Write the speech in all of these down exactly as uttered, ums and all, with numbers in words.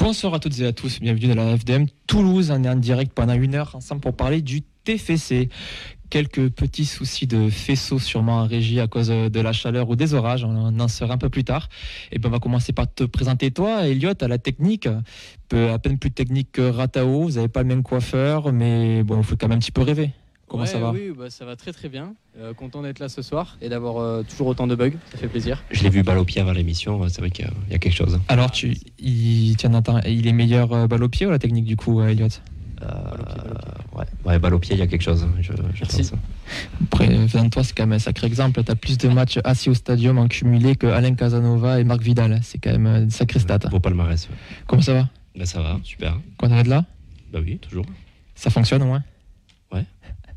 Bonsoir à toutes et à tous, bienvenue dans la F D M Toulouse. On est en direct pendant une heure ensemble pour parler du T F C. Quelques petits soucis de faisceau sûrement en régie à cause de la chaleur ou des orages, on en sera un peu plus tard. Et ben on va commencer par te présenter toi, Elliot, à la technique. Peu, à peine plus technique que Ratao, vous n'avez pas le même coiffeur, mais bon, il faut quand même un petit peu rêver. Comment ouais, ça va? Oui, bah, ça va très très bien. Euh, content d'être là ce soir et d'avoir euh, toujours autant de bugs, ça fait plaisir. Je l'ai vu balle au pied avant l'émission, c'est vrai qu'il y a, il y a quelque chose. Alors, tu, il, tu en entends, il est meilleur euh, balle au pied ou la technique du coup, Elliot? Euh, balle au pied, balle au pied. Ouais, ouais, balle au pied, il y a quelque chose. Je, je pense. Après, venant de toi, c'est quand même un sacré exemple. Tu as plus de matchs assis au stadium en cumulé que Alain Casanova et Marc Vidal. C'est quand même un sacré stat. Beau palmarès. Ouais. Comment ça va? Ben, ça va, super. Quand on est de là? Bah oui, toujours. Ça fonctionne au moins? Ouais.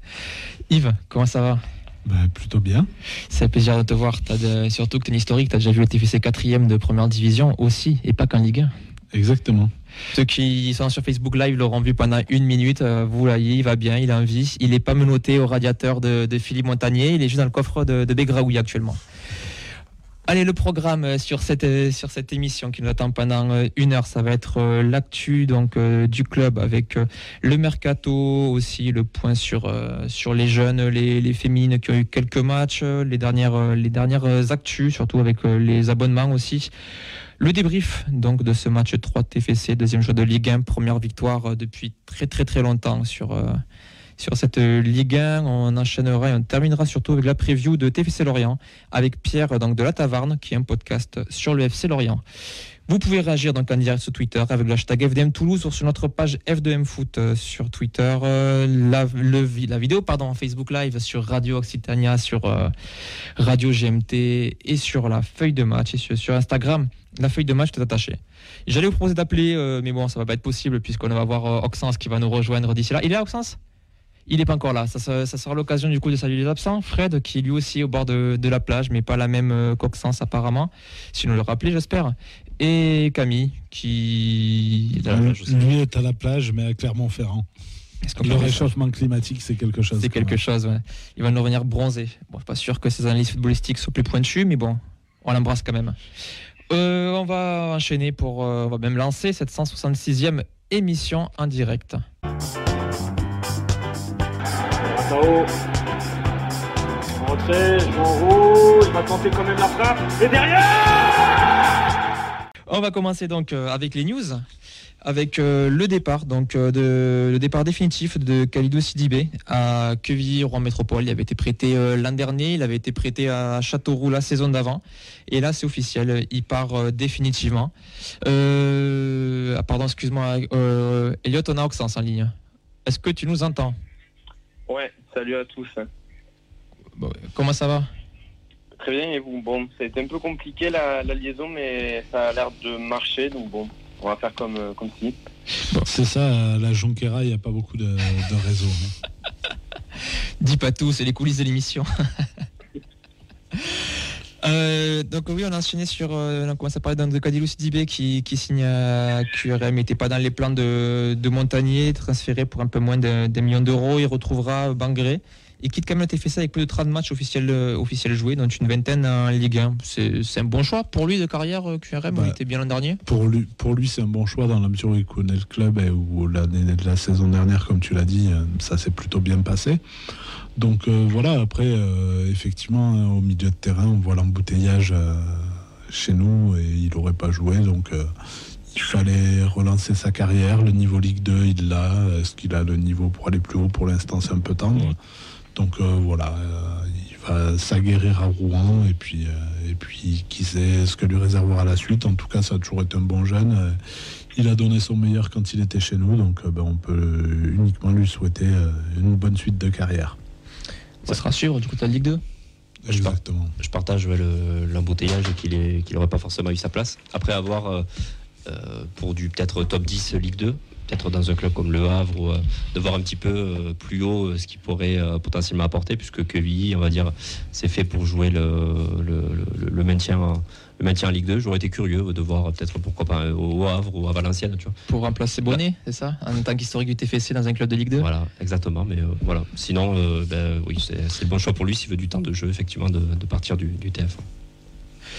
Yves, comment ça va? Bah, plutôt bien. C'est un plaisir de te voir. T'as de, surtout que tu es un historique, tu as déjà vu le T F C quatrième de première division aussi, et pas qu'en Ligue un. Exactement. Ceux qui sont sur Facebook Live l'auront vu pendant une minute. Vous voyez, il va bien, il a envie. Il n'est pas menotté au radiateur de, de Philippe Montagnier, il est juste dans le coffre de, de Begraoui actuellement. Allez, le programme sur cette, sur cette émission qui nous attend pendant une heure, ça va être l'actu donc, du club avec le mercato aussi, le point sur, sur les jeunes, les, les féminines qui ont eu quelques matchs, les dernières, les dernières actus, surtout avec les abonnements aussi. Le débrief donc, de ce match trois T F C, deuxième jour de Ligue un, première victoire depuis très très très longtemps sur... Sur cette Ligue un, on enchaînera et on terminera surtout avec la preview de T F C Lorient avec Pierre donc, de la Taverne qui est un podcast sur le F C Lorient. Vous pouvez réagir donc en direct sur Twitter avec le hashtag F D M Toulouse ou sur notre page F deux M Foot euh, sur Twitter. Euh, la, le, la vidéo pardon, en Facebook Live sur Radio Occitania, sur euh, Radio G M T et sur la feuille de match et sur, sur Instagram. La feuille de match est attachée. J'allais vous proposer d'appeler, euh, mais bon, ça va pas être possible puisqu'on va voir euh, Oxens qui va nous rejoindre d'ici là. Il est là, Oxens ? Il n'est pas encore là. Ça, ça, ça sera l'occasion du coup de saluer les absents. Fred, qui est lui aussi au bord de, de la plage, mais pas la même euh, qu'Oxens apparemment. Si nous le rappelez, j'espère. Et Camille, qui est à la plage aussi. Lui est à la plage, mais à Clermont-Ferrand. Le réchauffement climatique, c'est quelque chose. C'est quelque même. chose, ouais. Il va nous revenir bronzé. Bon, je suis pas sûr que ses analyses footballistiques soient plus pointues, mais bon, on l'embrasse quand même. Euh, on va enchaîner pour, euh, on va même lancer cette cent soixante-sixième émission en direct. Là-haut, rentré, je en rouge, il va tenter quand même la frappe, et derrière! On va commencer donc euh, avec les news, avec euh, le départ, donc euh, de, le départ définitif de Khalidou Sidibé à Quevilly-Rouen Métropole. Il avait été prêté euh, l'an dernier, il avait été prêté à Châteauroux la saison d'avant, et là c'est officiel, il part euh, définitivement. Euh, ah, pardon, excuse-moi, euh, Elliot, on a Oxens en ligne. Est-ce que tu nous entends? Ouais, salut à tous. Bon, comment ça va? Très bien, et vous? Bon, ça a été un peu compliqué la, la liaison, mais ça a l'air de marcher, donc bon, on va faire comme, euh, comme si. Bon, c'est ça, la Jonquera, il n'y a pas beaucoup de, de réseau. Hein. Dis pas tout, c'est les coulisses de l'émission. Euh, donc oui, on a enchaîné sur, euh, on commence à parler de Khalidou Sidibé qui, qui signe à Q R M, n'était pas dans les plans de, de Montagnier, transféré pour un peu moins d'un million d'euros. Il retrouvera Bangré. Il quitte quand même le T F C avec plus de trente matchs officiels, officiels joués, dont une vingtaine en Ligue un. C'est, c'est un bon choix pour lui de carrière, Q R M, bah, il était bien l'an dernier. Pour lui, pour lui, c'est un bon choix dans la mesure où il connaît le club et où l'année de la saison dernière, comme tu l'as dit, ça s'est plutôt bien passé. Donc euh, voilà, après, euh, effectivement, hein, au milieu de terrain, on voit l'embouteillage euh, chez nous et il n'aurait pas joué. Donc euh, il fallait relancer sa carrière. Le niveau Ligue deux, il l'a. Est-ce qu'il a le niveau pour aller plus haut? Pour l'instant, c'est un peu tendre. Ouais. Donc euh, voilà, euh, il va s'aguerrir à Rouen et puis, euh, et puis qui sait ce que lui réservera la suite. En tout cas, ça a toujours été un bon jeune. Euh, il a donné son meilleur quand il était chez nous. Donc euh, ben, on peut uniquement lui souhaiter euh, une bonne suite de carrière. Ça sera sûr, du coup, tu as la Ligue deux. Exactement. Je, je partage ouais, le, l'embouteillage et qu'il n'aurait qu'il pas forcément eu sa place. Après avoir, euh, euh, pour du peut-être top dix Ligue deux, peut-être dans un club comme Le Havre, ou, euh, de voir un petit peu euh, plus haut euh, ce qu'il pourrait euh, potentiellement apporter, puisque Quevilly, on va dire, c'est fait pour jouer le, le, le, le maintien en, le maintien en Ligue deux. J'aurais été curieux de voir peut-être pourquoi pas au Havre ou à Valenciennes, tu vois. Pour remplacer Bonnet, bah, c'est ça, en tant qu'historique du T F C dans un club de Ligue deux. Voilà, exactement. Mais euh, voilà. Sinon, euh, ben, oui, c'est, c'est le bon choix pour lui s'il veut du temps de jeu, effectivement, de, de partir du, du T F.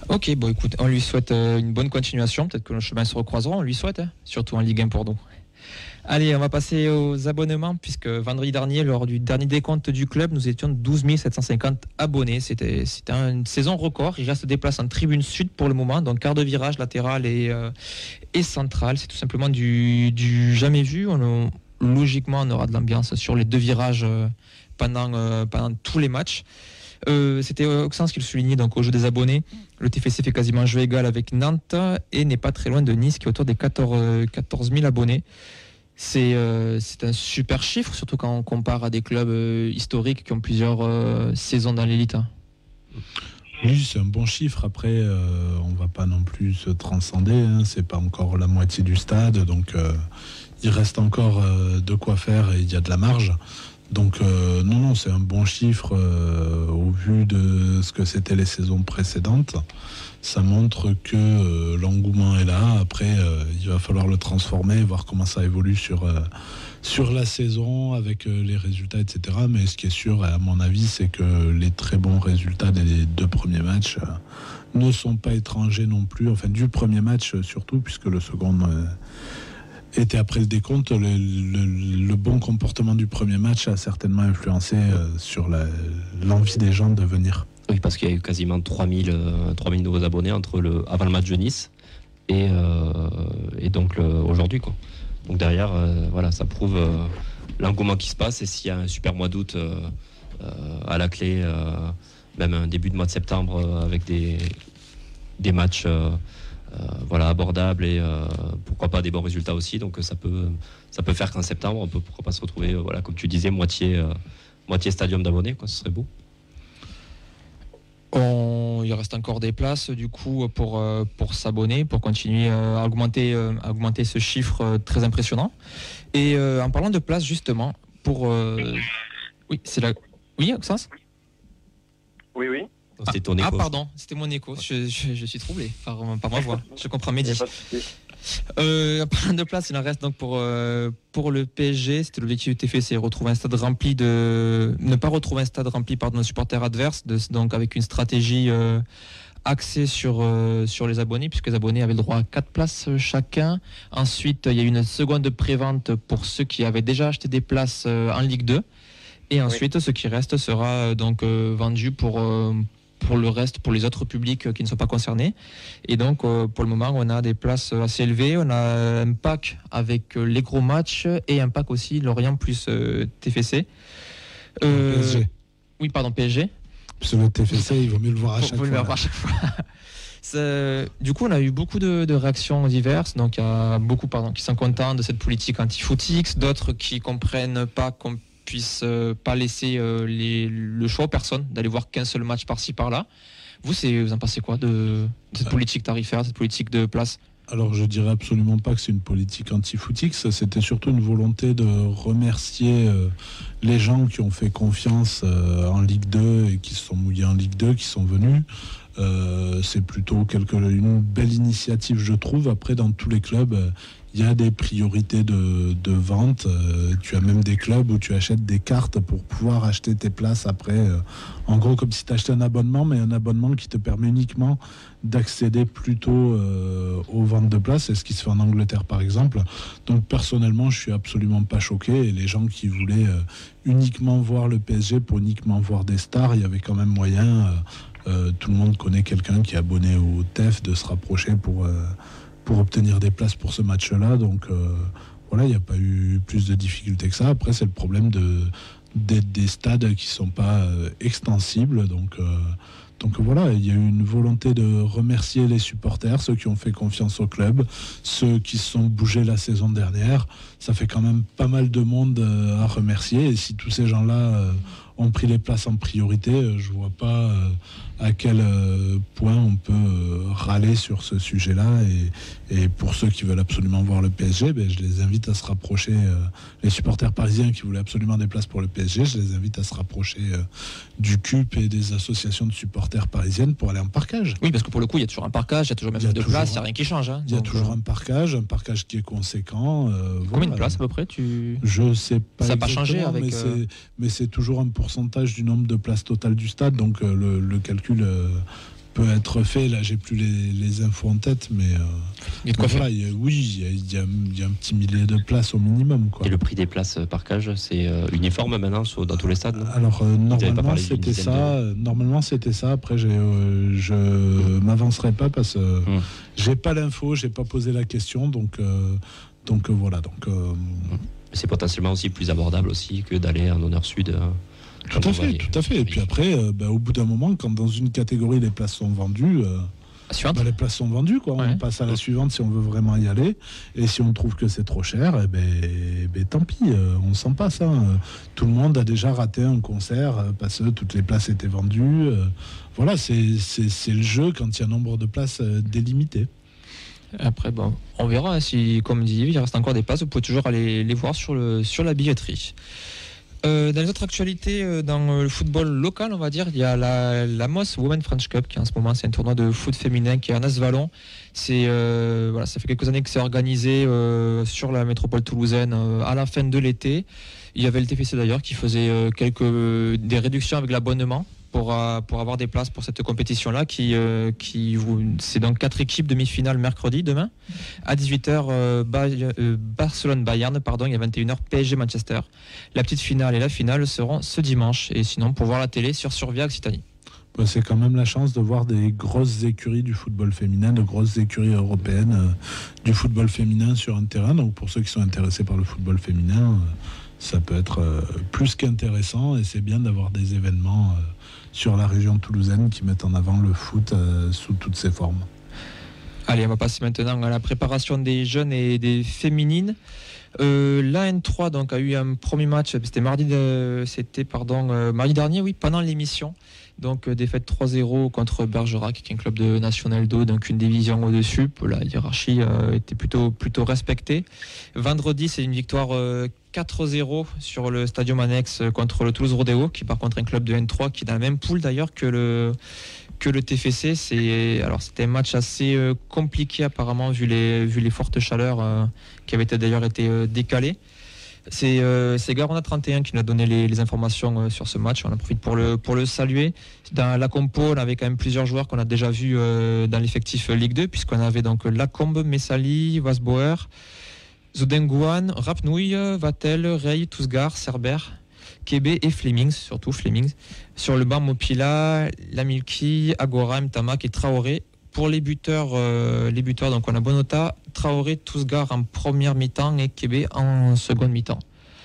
Ok, bon écoute, on lui souhaite euh, une bonne continuation. Peut-être que nos chemins se recroiseront, on lui souhaite, hein, surtout en Ligue un pour nous. Allez, on va passer aux abonnements, puisque vendredi dernier, lors du dernier décompte du club, nous étions douze mille sept cent cinquante abonnés. C'était, c'était une saison record. Il reste des places en tribune sud pour le moment, donc quart de virage latéral et, euh, et central. C'est tout simplement du, du jamais vu. On, logiquement, on aura de l'ambiance sur les deux virages euh, pendant, euh, pendant tous les matchs. Euh, c'était Auxence qui le soulignait donc au jeu des abonnés. Le T F C fait quasiment jeu égal avec Nantes et n'est pas très loin de Nice qui est autour des quatorze mille abonnés. C'est, euh, c'est un super chiffre, surtout quand on compare à des clubs euh, historiques qui ont plusieurs euh, saisons dans l'élite. Oui, c'est un bon chiffre. Après, euh, on va pas non plus se transcender. Hein. C'est pas encore la moitié du stade, donc euh, il reste encore euh, de quoi faire et il y a de la marge. Donc euh, non, non, c'est un bon chiffre euh, au vu de ce que c'était les saisons précédentes. Ça montre que euh, l'engouement est là. Après, euh, il va falloir le transformer, voir comment ça évolue sur, euh, sur la saison, avec euh, les résultats, et cetera. Mais ce qui est sûr, à mon avis, c'est que les très bons résultats des deux premiers matchs euh, ne sont pas étrangers non plus. Enfin, du premier match euh, surtout, puisque le second... Euh, était après le décompte, le, le, le bon comportement du premier match a certainement influencé euh, sur la, l'envie des gens de venir. Oui, parce qu'il y a eu quasiment trois mille, euh, trois mille nouveaux abonnés entre le, avant le match de Nice et, euh, et donc le, aujourd'hui. Quoi. Donc derrière, euh, voilà, ça prouve euh, l'engouement qui se passe. Et s'il y a un super mois d'août euh, euh, à la clé, euh, même un début de mois de septembre euh, avec des, des matchs... Euh, Euh, voilà, abordable et euh, pourquoi pas des bons résultats aussi. Donc ça peut, ça peut faire qu'en septembre, on peut pourquoi pas se retrouver, euh, voilà, comme tu disais, moitié, euh, moitié stadium d'abonnés, quoi. Ce serait beau. On, il reste encore des places du coup pour, euh, pour s'abonner, pour continuer euh, à, augmenter, euh, à augmenter ce chiffre euh, très impressionnant. Et euh, en parlant de places justement, pour... Euh... Oui, c'est la... Oui, Auxence ? Oui, oui. Ah, c'était ton écho. Ah, pardon, c'était mon écho. Je, je, je suis troublé par, par ma voix. Je comprends Mehdi. Euh, en parlant de place, il en reste donc pour, euh, pour le P S G. C'était l'objectif du T F C, retrouver un stade rempli de. Ne pas retrouver un stade rempli par nos supporters adverses, de, donc avec une stratégie euh, axée sur, euh, sur les abonnés, puisque les abonnés avaient le droit à quatre places chacun. Ensuite, il y a eu une seconde prévente pour ceux qui avaient déjà acheté des places euh, en Ligue deux. Et ensuite, oui. Ce qui reste sera euh, donc euh, vendu pour. Euh, pour le reste, pour les autres publics qui ne sont pas concernés. Et donc, euh, pour le moment, on a des places assez élevées. On a un pack avec euh, les gros matchs et un pack aussi Lorient plus euh, T F C. Euh, P S G. Oui, pardon, P S G. Parce que le T F C, il vaut mieux le voir à chaque fois. Le voir à chaque fois. Du coup, on a eu beaucoup de, de réactions diverses. Donc, il y a beaucoup pardon, qui sont contents de cette politique anti-footix, d'autres qui comprennent pas qu'on puisse euh, pas laisser euh, les, le choix aux personnes d'aller voir qu'un seul match par-ci par-là. Vous, c'est, vous en pensez quoi de, de cette politique tarifaire, cette politique de place ? Alors je dirais absolument pas que c'est une politique anti-footix, c'était surtout une volonté de remercier euh, les gens qui ont fait confiance euh, en Ligue deux et qui se sont mouillés en Ligue deux, qui sont venus. Euh, c'est plutôt quelque, une belle initiative, je trouve. Après, dans tous les clubs, euh, il y a des priorités de, de vente. Euh, tu as même des clubs où tu achètes des cartes pour pouvoir acheter tes places après. Euh, en gros, comme si tu achetais un abonnement, mais un abonnement qui te permet uniquement d'accéder plutôt euh, aux ventes de places. C'est ce qui se fait en Angleterre, par exemple. Donc, personnellement, je suis absolument pas choqué. Et les gens qui voulaient euh, uniquement voir le P S G pour uniquement voir des stars, il y avait quand même moyen... Euh, Euh, tout le monde connaît quelqu'un qui est abonné au T E F de se rapprocher pour, euh, pour obtenir des places pour ce match-là. Donc euh, voilà, il n'y a pas eu plus de difficultés que ça. Après, c'est le problème de, des, des stades qui ne sont pas euh, extensibles. Donc, euh, donc voilà, il y a eu une volonté de remercier les supporters, ceux qui ont fait confiance au club, ceux qui se sont bougés la saison dernière. Ça fait quand même pas mal de monde euh, à remercier. Et si tous ces gens-là... Euh, ont pris les places en priorité, je vois pas euh, à quel euh, point on peut euh, râler sur ce sujet-là. Et, et pour ceux qui veulent absolument voir le P S G, ben, je les invite à se rapprocher. Euh, les supporters parisiens qui voulaient absolument des places pour le P S G, je les invite à se rapprocher euh, du C U P et des associations de supporters parisiennes pour aller en parcage. Oui, parce que pour le coup, il y a toujours un parcage, il y a toujours même de place, il n'y a rien qui change. Hein, il y a toujours un parcage, un parcage qui est conséquent. Euh, Combien voilà. de places à peu près tu... Je sais pas. Ça n'a pas changé avec. Mais, euh... c'est, mais c'est toujours un pourcentage du nombre de places totales du stade, donc euh, le, le calcul euh, peut être fait. Là, j'ai plus les, les infos en tête, mais, euh, Il y a de quoi mais voilà, il y a- oui, il y, a, il y a- il y a un petit millier de places au minimum, quoi. Et le prix des places par cage, c'est euh, uniforme maintenant sur- dans tous les stades, non? Alors euh, pas normalement parlé d'une c'était dizaine ça. euh, Normalement c'était ça. Après j'ai, euh, je Mmh. m'avancerai pas parce que Mmh. j'ai pas l'info, j'ai pas posé la question, donc euh, donc euh, voilà. Donc euh, C'est potentiellement aussi plus abordable aussi que d'aller en honneur sud. euh, tout quand à on va fait, aller- tout à fait. Et puis après, euh, bah, au bout d'un moment, quand dans une catégorie les places sont vendues. euh, Suivante. Bah, les places sont vendues, quoi. Ouais. On passe à la suivante si on veut vraiment y aller. Et si on trouve que c'est trop cher, eh ben, eh ben, tant pis, euh, on s'en passe. Hein. Euh, Tout le monde a déjà raté un concert euh, parce que toutes les places étaient vendues. euh, voilà, c'est, c'est, c'est le jeu quand il y a un nombre de places euh, délimité. Après, bon, on verra hein, si, comme dit Yves, il reste encore des places. Vous pouvez toujours aller les voir sur, le, sur la billetterie. Euh, dans les autres actualités, euh, dans euh, le football local, on va dire, il y a la, la M O S Women French Cup qui en ce moment c'est un tournoi de foot féminin qui est en Asvallon. C'est euh, voilà, ça fait quelques années que c'est organisé euh, sur la métropole toulousaine euh, à la fin de l'été. Il y avait le T F C d'ailleurs qui faisait euh, quelques des réductions avec l'abonnement pour euh, pour avoir des places pour cette compétition-là. Qui euh, qui vous- c'est donc quatre équipes demi-finales mercredi demain à dix-huit heures euh, Bay- euh, Barcelone-Bayern pardon et à vingt et une heures P S G Manchester. La petite finale et la finale seront ce dimanche et sinon pour voir la télé sur Survia Occitanie. Bah, c'est quand même la chance de voir des grosses écuries du football féminin, de grosses écuries européennes euh, du football féminin sur un terrain. Donc pour ceux qui sont intéressés par le football féminin, euh, ça peut être euh, plus qu'intéressant et c'est bien d'avoir des événements euh, sur la région toulousaine qui mettent en avant le foot euh, sous toutes ses formes. Allez, on va passer maintenant à la préparation des jeunes et des féminines. Euh, L'A N trois donc a eu un premier match, c'était mardi, de, c'était pardon euh, mardi dernier, oui, pendant l'émission. Donc euh, défaite trois zéro contre Bergerac, qui est un club de National deux, donc une division au-dessus. La hiérarchie euh, était plutôt plutôt respectée. Vendredi, c'est une victoire euh, quatre zéro sur le stadium annexe contre le Toulouse Rodéo, qui par contre est un club de N trois qui est dans la même poule d'ailleurs que le que le T F C. C'est alors c'était un match assez euh, compliqué apparemment vu les vu les fortes chaleurs euh, qui avaient été, d'ailleurs été euh, décalées. C'est euh, c'est Garona trente et un qui nous a donné les, les informations euh, sur ce match. On en profite pour le pour le saluer. Dans la compo, on avait quand même plusieurs joueurs qu'on a déjà vus euh, dans l'effectif Ligue deux, puisqu'on avait donc Lacombe, Messali, Wasbauer, Zodenguan, Rapnouille, Vatel, Rey, Tousgar, Cerber, Kébé et Flemings, surtout Flemings. Sur le banc, Mopila, Lamilki, Agora, Mtamak et Traoré. Pour les buteurs, euh, les buteurs, donc on a Bonota, Traoré, Tousgar en première mi-temps et Kébé en seconde mi-temps.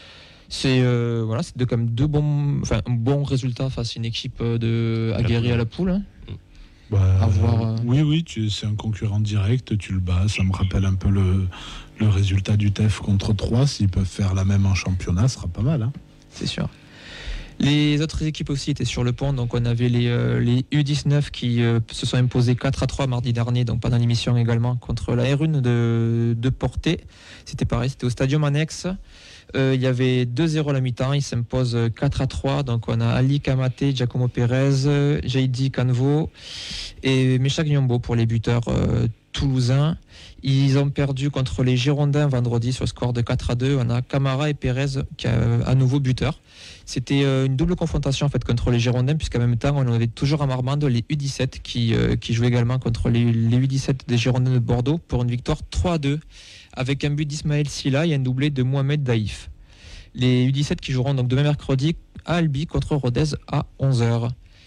C'est euh, voilà, c'est deux, comme deux bons, enfin un bon résultat face à une équipe de aguerrie à la poule. Hein. Bah, À voir, euh. Oui, oui, tu, c'est un concurrent direct, tu le bats. Ça me rappelle un peu le, le résultat du T E F contre Troyes. S'ils peuvent faire la même en championnat, ce sera pas mal. Hein. C'est sûr. Les autres équipes aussi étaient sur le pont, donc on avait les, euh, les U dix-neuf qui euh, se sont imposés quatre à trois mardi dernier, donc pendant l'émission également, contre la R un de, de Portet. C'était pareil, c'était au stadium annexe. Euh, il y avait deux zéro à la mi-temps, ils s'imposent quatre à trois, donc on a Ali Kamate, Giacomo Pérez, Jaidi Canvo et Meshak Nyombo pour les buteurs euh, toulousains. Ils ont perdu contre les Girondins vendredi sur le score de quatre à deux. On a Camara et Pérez qui a à nouveau buteur. C'était euh, une double confrontation en fait contre les Girondins, puisqu'en même temps on avait toujours à Marmande les U dix-sept qui, euh, qui jouaient également contre les, les U dix-sept des Girondins de Bordeaux pour une victoire trois à deux avec un but d'Ismaël Silla et un doublé de Mohamed Daïf. Les U dix-sept qui joueront donc demain mercredi à Albi contre Rodez à onze heures.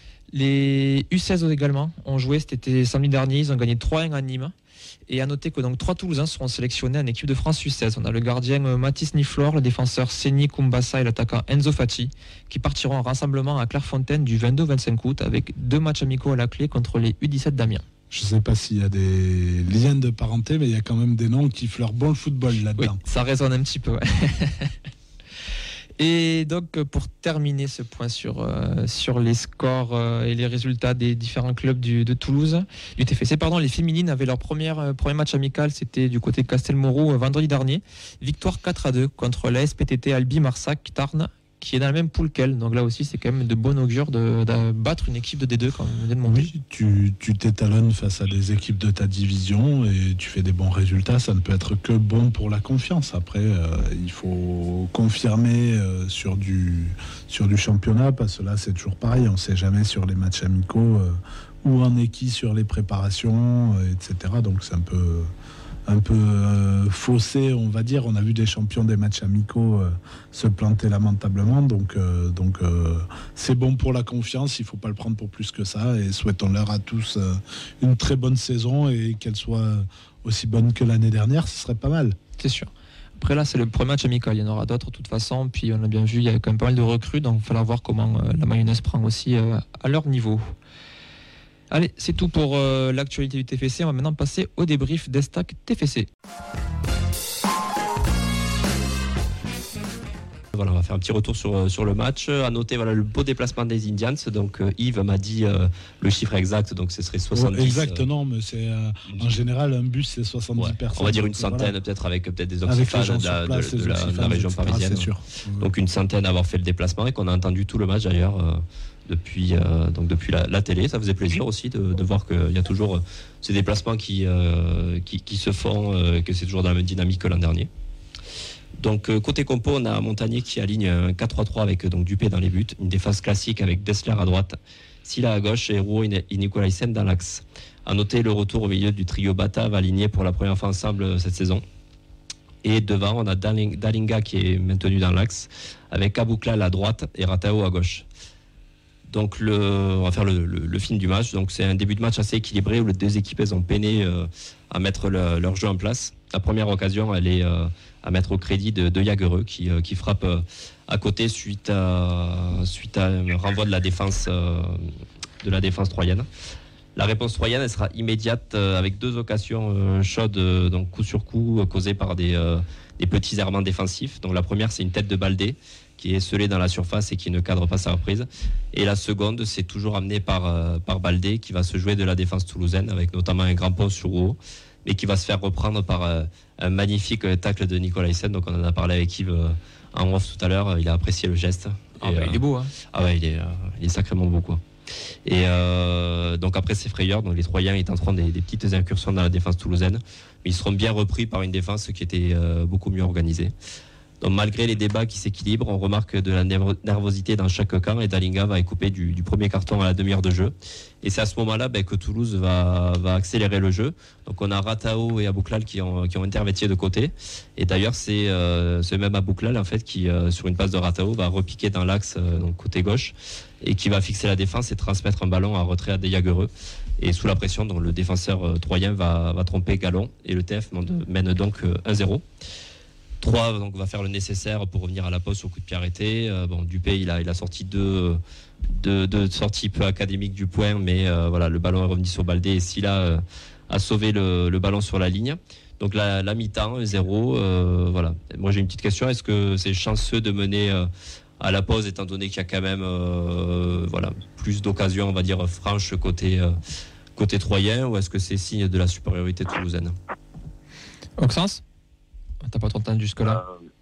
Les U seize également ont joué, c'était samedi dernier, ils ont gagné trois un à Nîmes. Et à noter que donc trois Toulousains seront sélectionnés en équipe de France U seize. On a le gardien euh, Mathis Niflor, le défenseur Seni Kumbassa et l'attaquant Enzo Fati qui partiront en rassemblement à Clairefontaine du vingt-deux au vingt-cinq août avec deux matchs amicaux à la clé contre les U dix-sept d'Amiens. Je ne sais pas s'il y a des liens de parenté, mais il y a quand même des noms qui fleurent bon le football là-dedans. Oui, ça résonne un petit peu. Ouais. Et donc pour terminer ce point sur, euh, sur les scores euh, et les résultats des différents clubs du, de Toulouse, du T F C, pardon, les féminines avaient leur première, euh, premier match amical, c'était du côté de Castelmoreau euh, vendredi dernier. Victoire quatre à deux contre la S P T T Albi Marsac Tarn, qui est dans la même poule qu'elle. Donc là aussi, c'est quand même de bon augure de, de battre une équipe de D deux comme on vient de montrer. Oui, tu, tu t'étalonnes face à des équipes de ta division et tu fais des bons résultats. Ça ne peut être que bon pour la confiance. Après, euh, il faut confirmer euh, sur, du, sur du championnat parce que là, c'est toujours pareil. On ne sait jamais sur les matchs amicaux euh, où en est qui sur les préparations, euh, et cetera. Donc c'est un peu, un peu euh, faussé, on va dire. On a vu des champions des matchs amicaux euh, se planter lamentablement. Donc, euh, donc euh, c'est bon pour la confiance. Il ne faut pas le prendre pour plus que ça. Et souhaitons-leur à tous euh, une très bonne saison et qu'elle soit aussi bonne que l'année dernière. Ce serait pas mal. C'est sûr. Après là, c'est le premier match amical. Il y en aura d'autres de toute façon. Puis on a bien vu, il y a quand même pas mal de recrues. Donc il va falloir voir comment euh, la mayonnaise prend aussi euh, à leur niveau. Allez, c'est tout pour euh, l'actualité du T F C. On va maintenant passer au débrief d'Estac T F C. Voilà, on va faire un petit retour sur, sur le match. À noter voilà, le beau déplacement des Indians. Donc euh, Yves m'a dit euh, le chiffre exact, donc ce serait soixante-dix. Exact, euh, non, mais c'est euh, en général un bus c'est soixante-dix ouais, personnes. On va dire une centaine, voilà. Peut-être avec peut-être des oxyfans de, place, de, de, de, la, de la région et cetera, parisienne. Sûr. Donc une centaine à avoir fait le déplacement et qu'on a entendu tout le match d'ailleurs euh, depuis, euh, donc depuis la, la télé. Ça faisait plaisir aussi de, de voir qu'il y a toujours euh, ces déplacements qui, euh, qui, qui se font, euh, que c'est toujours dans la même dynamique que l'an dernier. Donc côté compo, on a Montagnier qui aligne un quatre trois trois avec donc Dupé dans les buts, une défense classique avec Dessler à droite, Silla à gauche et Rouault et Nicolaisen dans l'axe. À noter le retour au milieu du trio Batav aligné pour la première fois ensemble cette saison. Et devant, on a Dalinga qui est maintenu dans l'axe avec Abouklal à droite et Ratao à gauche. Donc le, on va faire le, le, le film du match. Donc c'est un début de match assez équilibré où les deux équipes elles ont peiné euh, à mettre le, leur jeu en place. La première occasion, elle est euh, à mettre au crédit de, de Jagereux qui, euh, qui frappe euh, à côté suite à, suite à un renvoi de la défense, euh, de la défense troyenne. La réponse troyenne, elle sera immédiate euh, avec deux occasions euh, chaudes, euh, donc coup sur coup, euh, causées par des, euh, des petits errements défensifs. Donc la première, c'est une tête de Baldé qui est scellée dans la surface et qui ne cadre pas sa reprise. Et la seconde, c'est toujours amené par, euh, par Baldé qui va se jouer de la défense toulousaine avec notamment un grand pont sur Rouault, mais qui va se faire reprendre par euh, un magnifique tacle de Nicolaisen. Donc on en a parlé avec Yves euh, en off tout à l'heure. Il a apprécié le geste. Ah, et, bah, euh, il est beau. Hein. Ah ouais, il est, euh, il est sacrément beau quoi. Et euh, donc après ces frayeurs, donc les Troyens ils tenteront des, des petites incursions dans la défense toulousaine, mais ils seront bien repris par une défense qui était euh, beaucoup mieux organisée. Donc malgré les débats qui s'équilibrent, on remarque de la nervosité dans chaque camp et Dalinga va être coupé du, du premier carton à la demi-heure de jeu. Et c'est à ce moment-là ben, que Toulouse va, va accélérer le jeu. Donc on a Ratao et Abouklal qui ont, qui ont interverti de côté. Et d'ailleurs c'est euh, ce même Abouklal en fait qui euh, sur une passe de Ratao va repiquer dans l'axe euh, donc côté gauche et qui va fixer la défense et transmettre un ballon à retrait à Jagereux. Et sous la pression, donc, le défenseur euh, troyen va, va tromper Gallon et le T F mène donc euh, un zéro. trois donc, va faire le nécessaire pour revenir à la pause au coup de pied arrêté. Euh, bon, Dupé, il a, il a sorti deux, deux, deux sorties peu académiques du point, mais euh, voilà, le ballon est revenu sur Baldé et Silla euh, a sauvé le, le ballon sur la ligne. Donc la, la mi-temps, zéro. Euh, voilà. Moi j'ai une petite question, est-ce que c'est chanceux de mener euh, à la pause étant donné qu'il y a quand même euh, voilà, plus d'occasions, on va dire, franches côté, euh, côté troyen, ou est-ce que c'est signe de la supériorité toulousaine? Auxence ? T'as pas trop entendu jusque-là?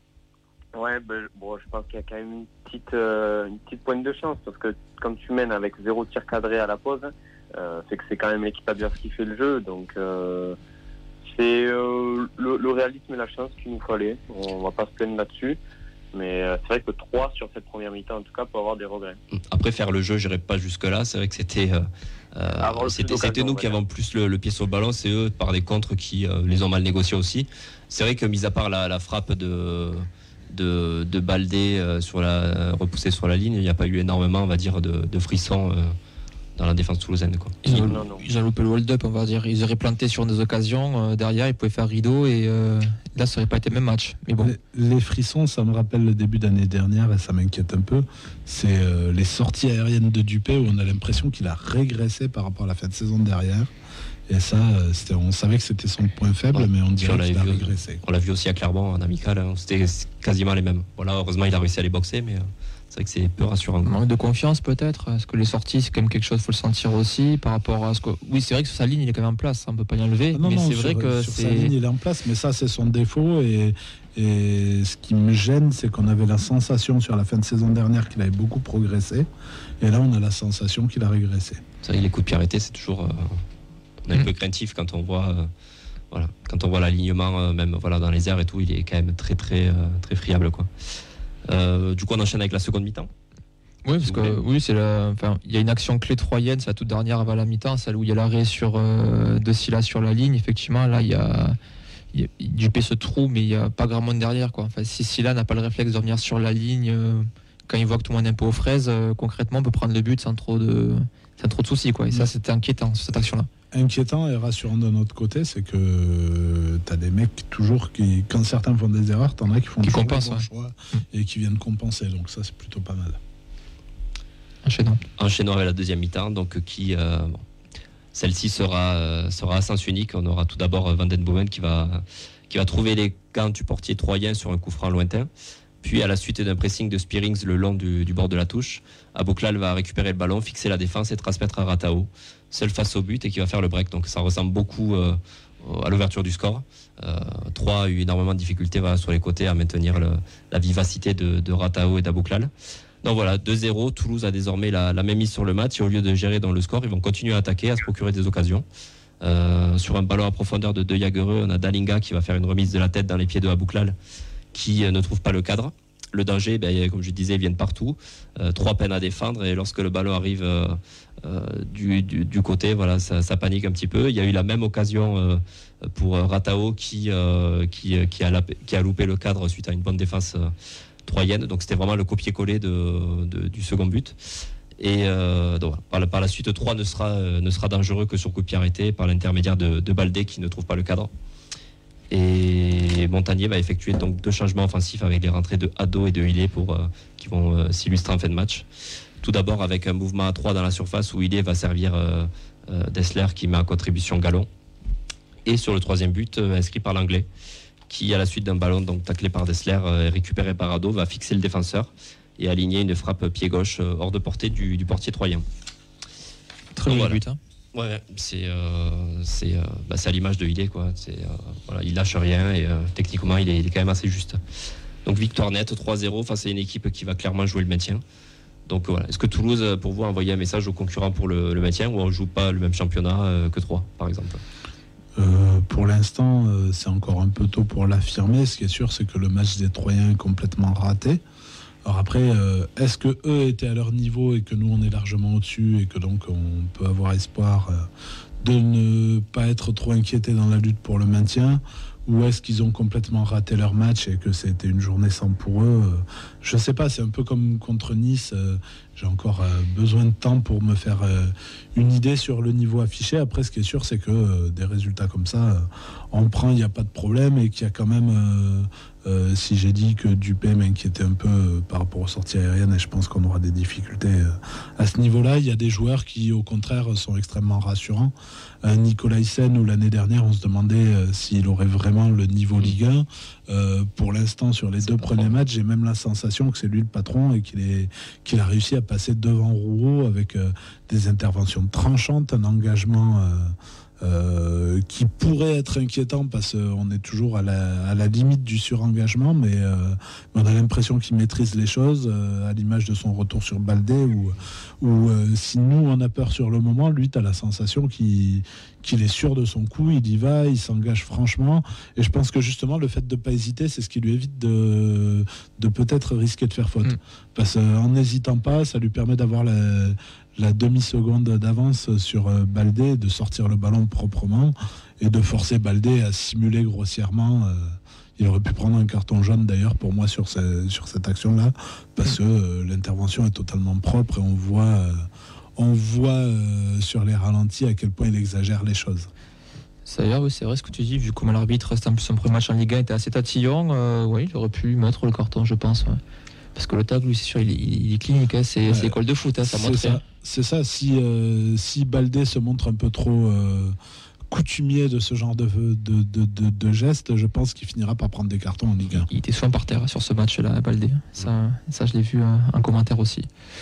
euh, Ouais, ben, bon, je pense qu'il y a quand même une petite, euh, une petite pointe de chance, parce que comme tu mènes avec zéro tir cadré à la pause, euh, c'est que c'est quand même l'équipe adverse qui fait le jeu, donc euh, c'est euh, le, le réalisme et la chance qu'il nous fallait. On va pas se plaindre là-dessus. Mais euh, c'est vrai que trois sur cette première mi-temps, en tout cas, peut avoir des regrets. Après, faire le jeu, j'irai pas jusque-là. C'est vrai que c'était, euh, euh, c'était, c'était nous qui avons plus le, le pied sur le ballon. C'est eux, par des contres, qui euh, les ont mal négociés aussi. C'est vrai que, mis à part la, la frappe de, de, de Baldé euh, sur la, repoussée sur la ligne, il n'y a pas eu énormément, on va dire, de, de frissons euh, dans la défense toulousaine, quoi. Ils ont, non, non. ils ont loupé le hold-up, on va dire. Ils auraient planté sur des occasions. Euh, derrière, ils pouvaient faire rideau et euh, là, ça n'aurait pas été le même match. Mais bon. Les, les frissons, ça me rappelle le début d'année dernière et ça m'inquiète un peu. C'est euh, les sorties aériennes de Dupé où on a l'impression qu'il a régressé par rapport à la fin de saison de derrière. Et ça, c'était, on savait que c'était son point faible, ouais, mais on dirait qu'il a vu, régressé. On l'a vu aussi à Clermont en amical. Hein, c'était quasiment les mêmes. Voilà, heureusement, il a réussi à les boxer, mais. Euh... C'est vrai que c'est peu rassurant. Manque de confiance peut-être. Est-ce que les sorties c'est quand même quelque chose, faut le sentir aussi par rapport à ce que. Oui, c'est vrai que sur sa ligne il est quand même en place, on ne peut pas y enlever. Ah non, mais non, c'est sur, vrai que sur c'est. Sa ligne il est en place, mais ça c'est son défaut et, et ce qui me gêne, c'est qu'on avait la sensation sur la fin de saison dernière qu'il avait beaucoup progressé, et là on a la sensation qu'il a régressé. C'est vrai que les coups de pied arrêtés, c'est toujours. Euh, on est un mmh. peu craintif quand on voit. Euh, voilà, quand on voit l'alignement, euh, même voilà dans les airs et tout, il est quand même très très euh, très friable quoi. Euh, du coup, on enchaîne avec la seconde mi-temps. Oui, parce que oui, c'est la, enfin, il y a une action clé troyenne, c'est la toute dernière avant la mi-temps, celle où il y a l'arrêt sur euh, de Silla sur la ligne. Effectivement, là, il y a, il y a Dupé se trouve, mais il n'y a pas grand monde derrière, quoi. Enfin, si Silla n'a pas le réflexe de revenir sur la ligne, euh, quand il voit que tout le monde est un peu aux fraises, euh, concrètement, on peut prendre le but sans trop de, sans trop de soucis, quoi. Et ça, c'était inquiétant, cette action-là. Inquiétant et rassurant d'un autre côté, c'est que tu as des mecs toujours qui, quand certains font des erreurs, t'en as qui font qui toujours compensent, les bons ouais. choix et qui viennent compenser. Donc ça, c'est plutôt pas mal. Enchaînons. Enchaînons avec la deuxième mi-temps, donc qui, euh, bon, celle-ci sera, euh, sera à sens unique. On aura tout d'abord Van den Bomen qui va, qui va trouver les gants du portier troyen sur un coup franc lointain. Puis à la suite d'un pressing de Spearings le long du, du bord de la touche, Abouklal va récupérer le ballon, fixer la défense et transmettre à Ratao, seul face au but et qui va faire le break. Donc ça ressemble beaucoup euh, à l'ouverture du score. Euh, Troyes a eu énormément de difficultés voilà, sur les côtés à maintenir le, la vivacité de, de Ratao et d'Abouklal. Donc voilà, deux zéro, Toulouse a désormais la, la même mise sur le match et au lieu de gérer dans le score, ils vont continuer à attaquer, à se procurer des occasions. Euh, sur un ballon à profondeur de De Jagereux, on a Dalinga qui va faire une remise de la tête dans les pieds de Abouklal qui euh, ne trouve pas le cadre. Le danger, ben, comme je disais, ils viennent partout. Euh, trois peines à défendre et lorsque le ballon arrive euh, euh, du, du, du côté, voilà, ça, ça panique un petit peu. Il y a eu la même occasion euh, pour Ratao qui, euh, qui, qui, a la, qui a loupé le cadre suite à une bonne défense euh, troyenne. Donc c'était vraiment le copier-coller de, de, du second but. Et euh, donc, par, la, par la suite, Troyes ne sera, euh, ne sera dangereux que sur coup de pied arrêté par l'intermédiaire de, de Baldé qui ne trouve pas le cadre. Et Montagnier va effectuer donc deux changements offensifs avec les rentrées de Haddo et de Hillet pour, euh, qui vont euh, s'illustrer en fin de match. Tout d'abord avec un mouvement à trois dans la surface où Hillet va servir euh, euh, Dessler qui met en contribution Gallon. Et sur le troisième but euh, inscrit par l'Anglais qui à la suite d'un ballon donc taclé par Dessler euh, et récupéré par Haddo va fixer le défenseur et aligner une frappe pied gauche euh, hors de portée du, du portier troyen. Très bon voilà. but hein. Ouais, c'est euh, c'est, euh, bah, c'est à l'image de Hillet quoi. C'est, euh, voilà, il lâche rien et euh, techniquement il est, il est quand même assez juste. Donc victoire nette trois zéro face à une équipe qui va clairement jouer le maintien. Donc voilà, est-ce que Toulouse pour vous a envoyé un message aux concurrents pour le, le maintien ou on joue pas le même championnat euh, que Troyes par exemple? Euh, pour l'instant, euh, c'est encore un peu tôt pour l'affirmer. Ce qui est sûr, c'est que le match des Troyens est complètement raté. Alors après, euh, est-ce que eux étaient à leur niveau et que nous on est largement au-dessus et que donc on peut avoir espoir euh, de ne pas être trop inquiétés dans la lutte pour le maintien, ou est-ce qu'ils ont complètement raté leur match et que c'était une journée sans pour eux? euh, Je sais pas, c'est un peu comme contre Nice. Euh, j'ai encore euh, besoin de temps pour me faire euh, une idée sur le niveau affiché. Après, ce qui est sûr, c'est que euh, des résultats comme ça, euh, on prend, il n'y a pas de problème et qu'il y a quand même... Euh, Euh, si j'ai dit que Dupé m'inquiétait un peu euh, par rapport aux sorties aériennes, et je pense qu'on aura des difficultés euh, à ce niveau-là, il y a des joueurs qui au contraire sont extrêmement rassurants. euh, Nicolas Hyssen, où l'année dernière on se demandait euh, s'il aurait vraiment le niveau Ligue un, euh, pour l'instant sur les c'est deux premiers matchs, j'ai même la sensation que c'est lui le patron et qu'il, est, qu'il a réussi à passer devant Rouault avec euh, des interventions tranchantes, un engagement euh, Euh, qui pourrait être inquiétant parce qu'on est toujours à la, à la limite du surengagement, mais, euh, mais on a l'impression qu'il maîtrise les choses, euh, à l'image de son retour sur Baldé, où, où euh, si nous on a peur sur le moment, lui tu as la sensation qu'il, qu'il est sûr de son coup, il y va, il s'engage franchement, et je pense que justement le fait de ne pas hésiter, c'est ce qui lui évite de, de peut-être risquer de faire faute, mmh. parce qu'en n'hésitant pas, ça lui permet d'avoir la la demi-seconde d'avance sur Baldé, de sortir le ballon proprement et de forcer Baldé à simuler grossièrement. Il aurait pu prendre un carton jaune d'ailleurs pour moi sur, ce, sur cette action-là, parce que euh, l'intervention est totalement propre et on voit, euh, on voit euh, sur les ralentis à quel point il exagère les choses. D'ailleurs, oui, c'est vrai ce que tu dis, vu comment l'arbitre reste en plus son premier match en Ligue un était assez tatillon, euh, oui, il aurait pu mettre le carton, je pense. Ouais. Parce que le tag, lui, c'est sûr, il est, il est clinique, hein, c'est, ouais, c'est école de foot, hein, ça montre. C'est ça, c'est ça. Si, euh, si Baldé se montre un peu trop euh, coutumier de ce genre de, de, de, de, de gestes, je pense qu'il finira par prendre des cartons en Ligue un. Il était souvent par terre sur ce match-là, Baldé. Ça, ça je l'ai vu euh, en commentaire aussi.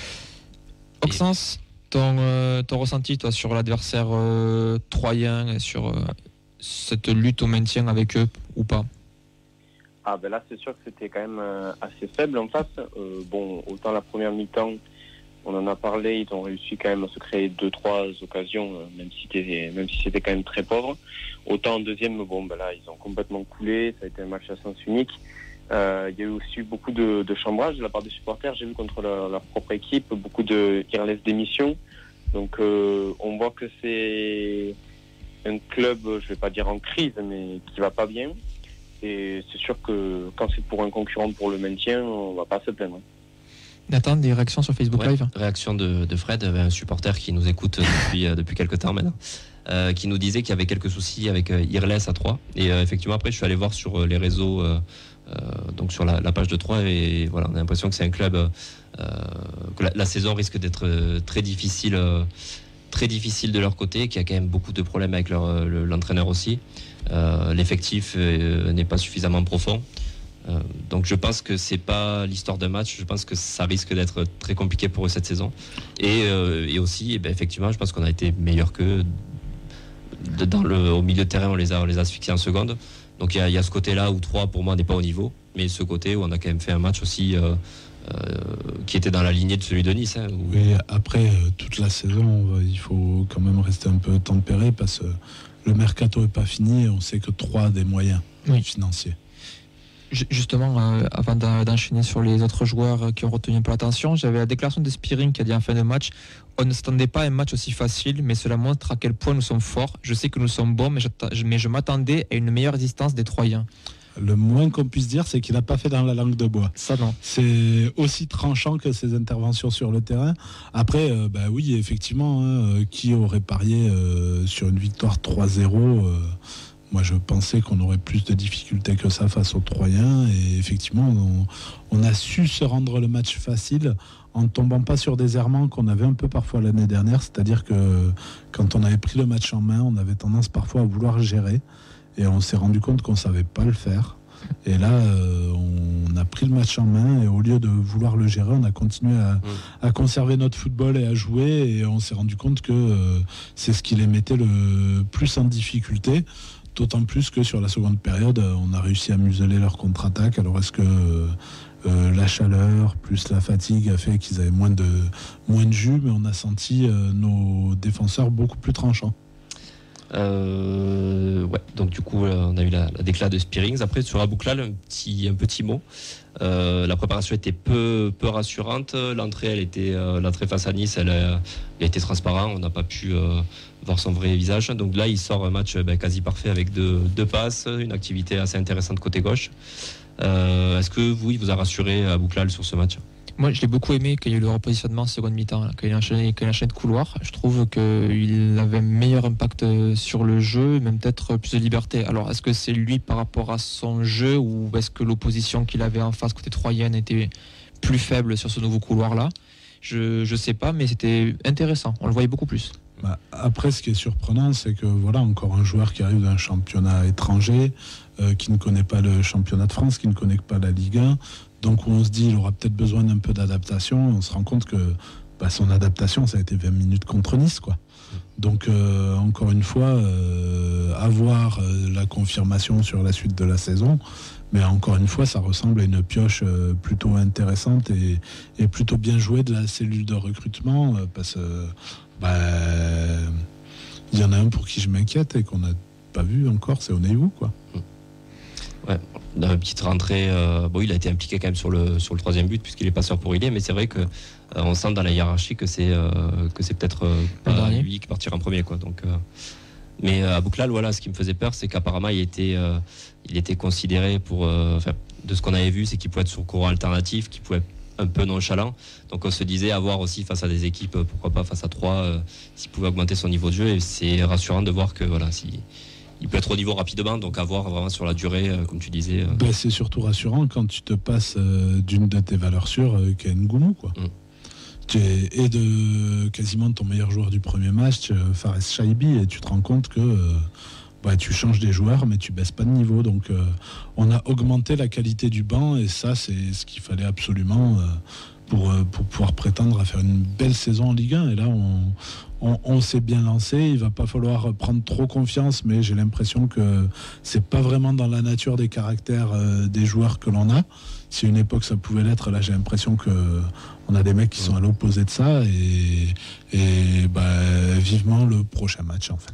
Oxens, ton, euh, ton ressenti, toi, sur l'adversaire euh, troyen et sur euh, cette lutte au maintien avec eux ou pas? Ah ben là c'est sûr que c'était quand même euh, assez faible en face. Euh, bon, autant la première mi-temps, on en a parlé, ils ont réussi quand même à se créer deux trois occasions, euh, même si c'était même si c'était quand même très pauvre. Autant en deuxième, bon ben là ils ont complètement coulé, ça a été un match à sens unique. Euh, il y a eu aussi beaucoup de, de chambrage de la part des supporters. J'ai vu contre leur, leur propre équipe, beaucoup de qui relèvent d'émissions. Donc euh, on voit que c'est un club, je vais pas dire en crise, mais qui va pas bien. Et c'est sûr que quand c'est pour un concurrent pour le maintien, on va pas se plaindre. Nathan, des réactions sur Facebook ouais, Live? Réaction de, de Fred, un supporter qui nous écoute depuis, euh, depuis quelques temps maintenant, euh, qui nous disait qu'il y avait quelques soucis avec euh, Irles à Troyes. Et euh, effectivement, après, je suis allé voir sur euh, les réseaux, euh, euh, donc sur la, la page de Troyes, et voilà, on a l'impression que c'est un club, euh, que la, la saison risque d'être euh, très difficile, euh, très difficile de leur côté, qui a quand même beaucoup de problèmes avec leur, euh, le, l'entraîneur aussi. Euh, l'effectif euh, n'est pas suffisamment profond. Euh, donc je pense que c'est pas l'histoire d'un match, je pense que ça risque d'être très compliqué pour eux cette saison. Et, euh, et aussi, eh ben, effectivement, je pense qu'on a été meilleur qu'eux. Dans le, au milieu de terrain, on les a, on les a asphyxiés en seconde. Donc il y a, il y a ce côté-là où Troyes, pour moi, n'est pas au niveau. Mais ce côté où on a quand même fait un match aussi euh, euh, qui était dans la lignée de celui de Nice. Hein, où... Oui, après, euh, toute la saison, va, il faut quand même rester un peu tempéré parce que le mercato n'est pas fini et on sait que Troyes a des moyens oui. financiers. Justement, euh, avant d'enchaîner sur les autres joueurs qui ont retenu un peu l'attention, j'avais la déclaration de Spearing qui a dit en fin de match: on ne s'attendait pas à un match aussi facile, mais cela montre à quel point nous sommes forts. Je sais que nous sommes bons, mais je, mais je m'attendais à une meilleure résistance des Troyens. Le moins qu'on puisse dire, c'est qu'il n'a pas fait dans la langue de bois. Ça, non. C'est aussi tranchant que ses interventions sur le terrain. Après, euh, bah oui, effectivement, hein, qui aurait parié euh, sur une victoire trois zéro euh, Moi, je pensais qu'on aurait plus de difficultés que ça face aux Troyens. Et effectivement, on, on a su se rendre le match facile en ne tombant pas sur des errements qu'on avait un peu parfois l'année dernière. C'est-à-dire que quand on avait pris le match en main, on avait tendance parfois à vouloir gérer. Et on s'est rendu compte qu'on ne savait pas le faire. Et là, euh, on a pris le match en main. Et au lieu de vouloir le gérer, on a continué à, mmh. à conserver notre football et à jouer. Et on s'est rendu compte que euh, c'est ce qui les mettait le plus en difficulté. D'autant plus que sur la seconde période, on a réussi à museler leur contre-attaque. Alors est-ce que euh, la chaleur plus la fatigue a fait qu'ils avaient moins de, moins de jus, mais on a senti euh, nos défenseurs beaucoup plus tranchants. Euh, ouais, donc du coup on a eu la, la déclat de Spearings. Après sur Abouklal, un petit, un petit mot. Euh, la préparation était peu, peu rassurante. L'entrée, elle était, euh, l'entrée face à Nice, elle a, elle a été transparente. On n'a pas pu euh, voir son vrai visage. Donc là, il sort un match ben, quasi parfait avec deux, deux passes, une activité assez intéressante côté gauche. Euh, est-ce que vous, il vous a rassuré Abouklal sur ce match ? Moi, je l'ai beaucoup aimé quand il y a eu le repositionnement en seconde mi-temps, là, quand il a enchaîné, quand il a enchaîné de couloir. Je trouve qu'il avait un meilleur impact sur le jeu, même peut-être plus de liberté. Alors, est-ce que c'est lui par rapport à son jeu, ou est-ce que l'opposition qu'il avait en face côté troyenne était plus faible sur ce nouveau couloir-là ? Je ne sais pas, mais c'était intéressant. On le voyait beaucoup plus. Bah, après, ce qui est surprenant, c'est que voilà, encore un joueur qui arrive d'un championnat étranger, euh, qui ne connaît pas le championnat de France, qui ne connaît pas la Ligue un. Donc on se dit il aura peut-être besoin d'un peu d'adaptation. On se rend compte que bah, son adaptation, ça a été vingt minutes contre Nice, quoi. Donc euh, encore une fois, euh, avoir euh, la confirmation sur la suite de la saison. Mais encore une fois, ça ressemble à une pioche euh, plutôt intéressante et, et plutôt bien jouée de la cellule de recrutement. Euh, parce que bah, il y en a un pour qui je m'inquiète et qu'on n'a pas vu encore, c'est Oneiwu, quoi. Ouais, dans une petite rentrée, euh, bon, il a été impliqué quand même sur le, sur le troisième but puisqu'il est passeur pour Illier, mais c'est vrai qu'on euh, sent dans la hiérarchie que c'est, euh, que c'est peut-être euh, pas lui qui partira en premier, quoi. Donc, euh, mais euh, Abouklal, voilà, ce qui me faisait peur, c'est qu'apparemment il était, euh, il était considéré pour, euh, enfin, de ce qu'on avait vu, c'est qu'il pouvait être sur courant alternatif, qu'il pouvait être un peu nonchalant. Donc on se disait avoir aussi face à des équipes, pourquoi pas face à Troyes, euh, s'il pouvait augmenter son niveau de jeu. Et c'est rassurant de voir que voilà, si il peut être au niveau rapidement, donc à voir vraiment sur la durée, euh, comme tu disais. Euh... Ben, c'est surtout rassurant quand tu te passes euh, d'une de tes valeurs sûres, euh, qui est Ngoumou, quoi. Mm. Tu es, et de quasiment ton meilleur joueur du premier match, euh, Fares Chaibi, et tu te rends compte que euh, bah, tu changes des joueurs, mais tu baisses pas de niveau. Donc euh, on a augmenté la qualité du banc, et ça, c'est ce qu'il fallait absolument euh, pour, euh, pour pouvoir prétendre à faire une belle saison en Ligue un. Et là, on... On, on s'est bien lancé, il va pas falloir prendre trop confiance, mais j'ai l'impression que c'est pas vraiment dans la nature des caractères euh, des joueurs que l'on a. Si à une époque ça pouvait l'être, là j'ai l'impression que on a des mecs qui sont à l'opposé de ça, et, et bah, vivement le prochain match en fait.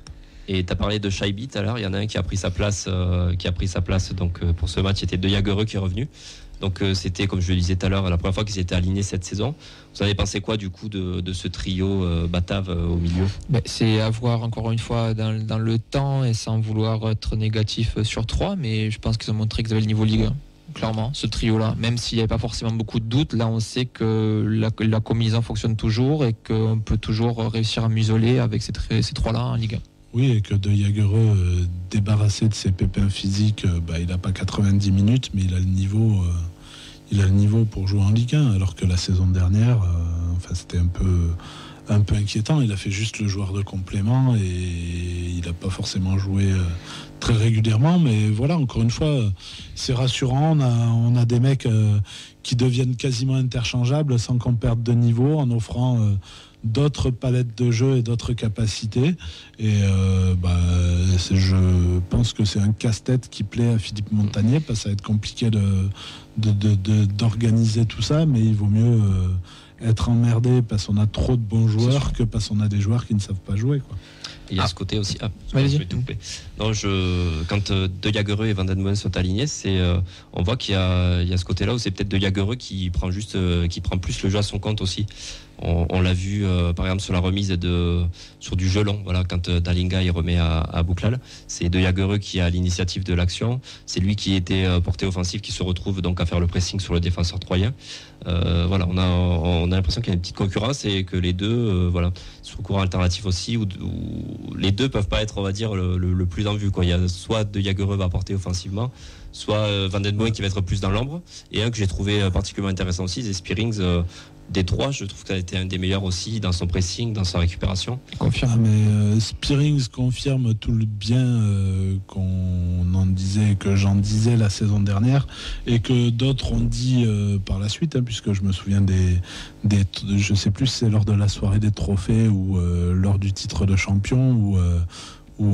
Et tu as parlé de Shaibi tout à l'heure, il y en a un qui a pris sa place, euh, qui a pris sa place donc, euh, pour ce match, c'était De Jagereux qui est revenu. Donc euh, c'était, comme je le disais tout à l'heure, la première fois qu'ils étaient alignés cette saison. Vous avez pensé quoi du coup de, de ce trio euh, Batave euh, au milieu? Ben, c'est à voir encore une fois dans, dans le temps et sans vouloir être négatif sur trois, mais je pense qu'ils ont montré qu'ils avaient le niveau Ligue un. Clairement, ce trio-là, même s'il n'y avait pas forcément beaucoup de doutes, là on sait que la, la combinaison fonctionne toujours et qu'on peut toujours réussir à museler avec ces, ces trois-là en Ligue un. Oui, et que De Jagereux, euh, débarrassé de ses pépins physiques, euh, bah, il n'a pas quatre-vingt-dix minutes, mais il a le niveau, euh, il a le niveau pour jouer en Ligue un, alors que la saison dernière, euh, enfin, c'était un peu, un peu inquiétant. Il a fait juste le joueur de complément et il n'a pas forcément joué euh, très régulièrement, mais voilà, encore une fois, c'est rassurant. On a, on a des mecs euh, qui deviennent quasiment interchangeables sans qu'on perde de niveau, en offrant euh, d'autres palettes de jeu et d'autres capacités. Et euh, bah, c'est, je pense que c'est un casse-tête qui plaît à Philippe Montagnier, parce que ça va être compliqué de, de, de, de, d'organiser tout ça, mais il vaut mieux euh, être emmerdé parce qu'on a trop de bons joueurs que parce qu'on a des joueurs qui ne savent pas jouer, quoi. Il y a Ah. ce côté aussi. Ah, Vas-y. je vais te couper. Non, je, quand euh, De Jagereux et Van Den Boomen sont alignés, c'est, euh, on voit qu'il y a, il y a ce côté-là où c'est peut-être De Jagereux qui prend juste, euh, qui prend plus le jeu à son compte aussi. On, on l'a vu euh, par exemple sur la remise de, sur du jeu long. Voilà, quand euh, Dalinga il remet à, à Bouklal, c'est De Jagereux qui a l'initiative de l'action. C'est lui qui était euh, porté offensif, qui se retrouve donc à faire le pressing sur le défenseur troyen. Euh, voilà, on a, on a l'impression qu'il y a une petite concurrence et que les deux, euh, voilà, sur le courant alternatif aussi, où, où les deux peuvent pas être, on va dire, le, le, le plus en vue, quoi. Il y a soit De Jagereux va apporter offensivement, soit euh, Van Den Boomen qui va être plus dans l'ombre, et un que j'ai trouvé euh, particulièrement intéressant aussi, c'est Spearings. Euh, des trois, je trouve qu'il a été un des meilleurs aussi dans son pressing, dans sa récupération. Confirme. Ah, mais euh, Spearings confirme tout le bien euh, qu'on en disait, que j'en disais la saison dernière, et que d'autres ont dit euh, par la suite, hein, puisque je me souviens des, des, je sais plus si c'est lors de la soirée des trophées ou euh, lors du titre de champion, ou euh, ou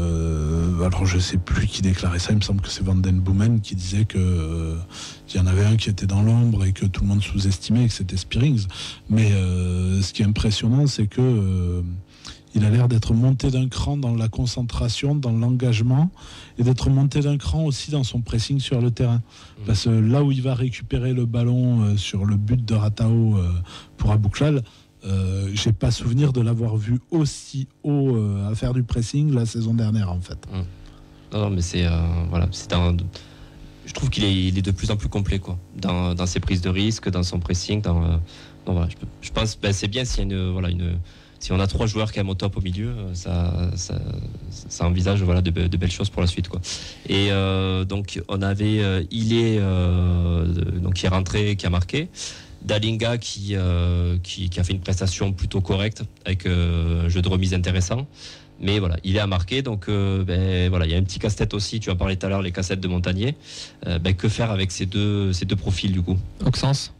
euh, alors je sais plus qui déclarait ça, il me semble que c'est Van Den Boomen qui disait que euh, il y en avait un qui était dans l'ombre et que tout le monde sous-estimait, et que c'était Spearings. Mais euh, ce qui est impressionnant, c'est que euh, il a l'air d'être monté d'un cran dans la concentration, dans l'engagement, et d'être monté d'un cran aussi dans son pressing sur le terrain. Mmh. Parce que là où il va récupérer le ballon euh, sur le but de Ratao euh, pour Abouklal, Euh, j'ai pas souvenir de l'avoir vu aussi haut euh, à faire du pressing la saison dernière, en fait. Mmh. Non, non, mais c'est euh, voilà, c'est un. Je trouve qu'il est, il est de plus en plus complet, quoi, dans, dans ses prises de risque, dans son pressing. Dans, euh, donc voilà, je, je pense, ben, c'est bien s'il y a une, voilà, une, si on a trois joueurs qui aiment au top au milieu, ça, ça, ça envisage, voilà, de, de belles choses pour la suite, quoi. Et euh, donc on avait euh, Ilé, euh, donc qui est rentré, qui a marqué. Dalinga qui, euh, qui, qui a fait une prestation plutôt correcte avec euh, un jeu de remise intéressant, mais voilà, il est à marquer, donc euh, ben, voilà, il y a un petit casse-tête aussi. Tu as parlé tout à l'heure les cassettes de Montagnier. Euh, ben, que faire avec ces deux, ces deux profils du coup? Auxence.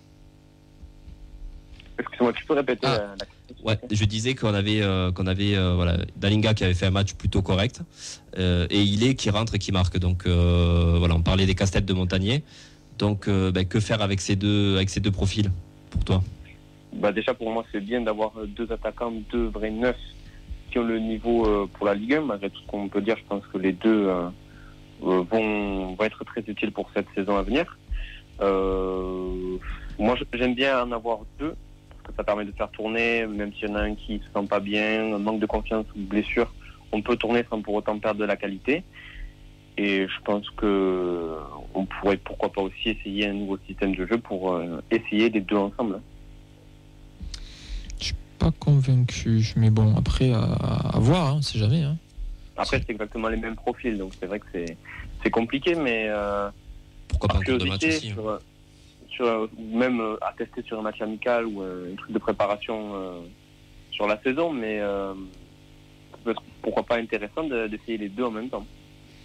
Excuse-moi, tu peux répéter Ah. la, la question? Ouais, je disais qu'on avait, euh, qu'on avait euh, voilà, Dalinga qui avait fait un match plutôt correct, euh, et il est qui rentre et qui marque. Donc euh, voilà, on parlait des casse-têtes de Montagnier. Donc, euh, bah, que faire avec ces deux, avec ces deux profils pour toi? Bah déjà, pour moi, c'est bien d'avoir deux attaquants, deux vrais neufs qui ont le niveau euh, pour la Ligue un. Malgré tout ce qu'on peut dire, je pense que les deux euh, euh, vont, vont être très utiles pour cette saison à venir. Euh, moi, j'aime bien en avoir deux, parce que ça permet de faire tourner, même s'il y en a un qui ne se sent pas bien, un manque de confiance ou blessure, on peut tourner sans pour autant perdre de la qualité. Et je pense que on pourrait pourquoi pas aussi essayer un nouveau système de jeu pour euh, essayer les deux ensemble. Je suis pas convaincu, mais bon, après, à, à voir, hein, on sait jamais. Hein. Après, c'est exactement les mêmes profils, donc c'est vrai que c'est, c'est compliqué, mais euh, Pourquoi pas par un tour de match curiosité, aussi, sur, euh, sur, euh, ou même euh, à tester sur un match amical ou euh, un truc de préparation euh, sur la saison, mais euh, pourquoi pas intéressant de, d'essayer les deux en même temps.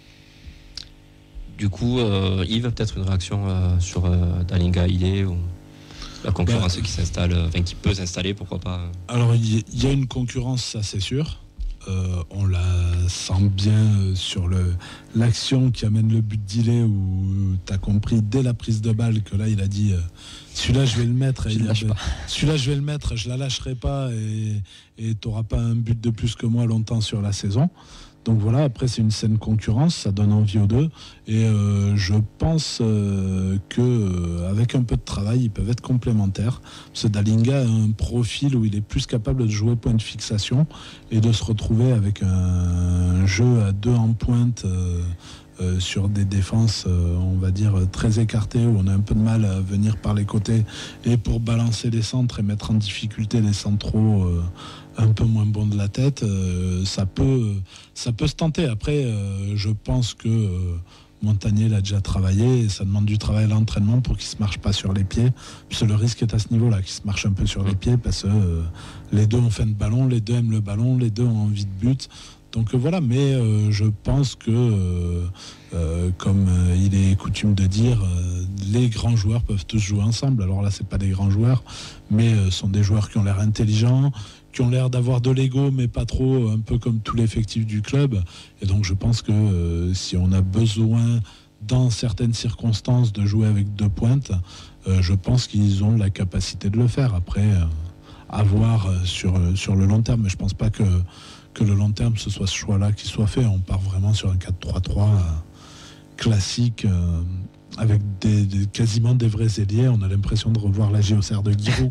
Du coup, euh, Yves, peut-être une réaction euh, sur euh, Dalinga, Ilé, ou la concurrence bah, qui s'installe, enfin qui peut s'installer, pourquoi pas. Alors il y, y a une concurrence, ça c'est sûr. Euh, on la sent bien sur le, l'action qui amène le but d'Illet où tu as compris dès la prise de balle que là il a dit euh, celui-là je vais le mettre et il a, celui-là je vais le mettre, je la lâcherai pas et tu n'auras pas un but de plus que moi longtemps sur la saison. Donc voilà, après c'est une saine concurrence, ça donne envie aux deux et euh, je pense euh, que euh, avec un peu de travail ils peuvent être complémentaires. Ce Dalinga a un profil où il est plus capable de jouer point de fixation et de se retrouver avec un, un jeu à deux en pointe euh, euh, sur des défenses euh, on va dire très écartées où on a un peu de mal à venir par les côtés et pour balancer les centres et mettre en difficulté les centraux euh, un peu moins bon de la tête, euh, ça peut ça peut se tenter. Après, euh, je pense que euh, Montagnier l'a déjà travaillé et ça demande du travail à l'entraînement pour qu'il se marche pas sur les pieds. Parce que le risque est à ce niveau-là, qu'il se marche un peu sur les pieds parce que euh, les deux ont fait de ballon, les deux aiment le ballon, les deux ont envie de but. Donc euh, voilà, mais euh, je pense que, euh, euh, comme euh, il est coutume de dire, euh, les grands joueurs peuvent tous jouer ensemble. Alors là, c'est pas des grands joueurs, mais euh, sont des joueurs qui ont l'air intelligents, qui ont l'air d'avoir de l'ego, mais pas trop, un peu comme tout l'effectif du club. Et donc je pense que euh, si on a besoin, dans certaines circonstances, de jouer avec deux pointes, euh, je pense qu'ils ont la capacité de le faire. Après, euh, à voir euh, sur, sur le long terme, mais je pense pas que que le long terme, ce soit ce choix-là qui soit fait. On part vraiment sur un quatre trois trois euh, classique, euh, avec des, des, quasiment des vrais ailiers. On a l'impression de revoir la Géocère de Giroud.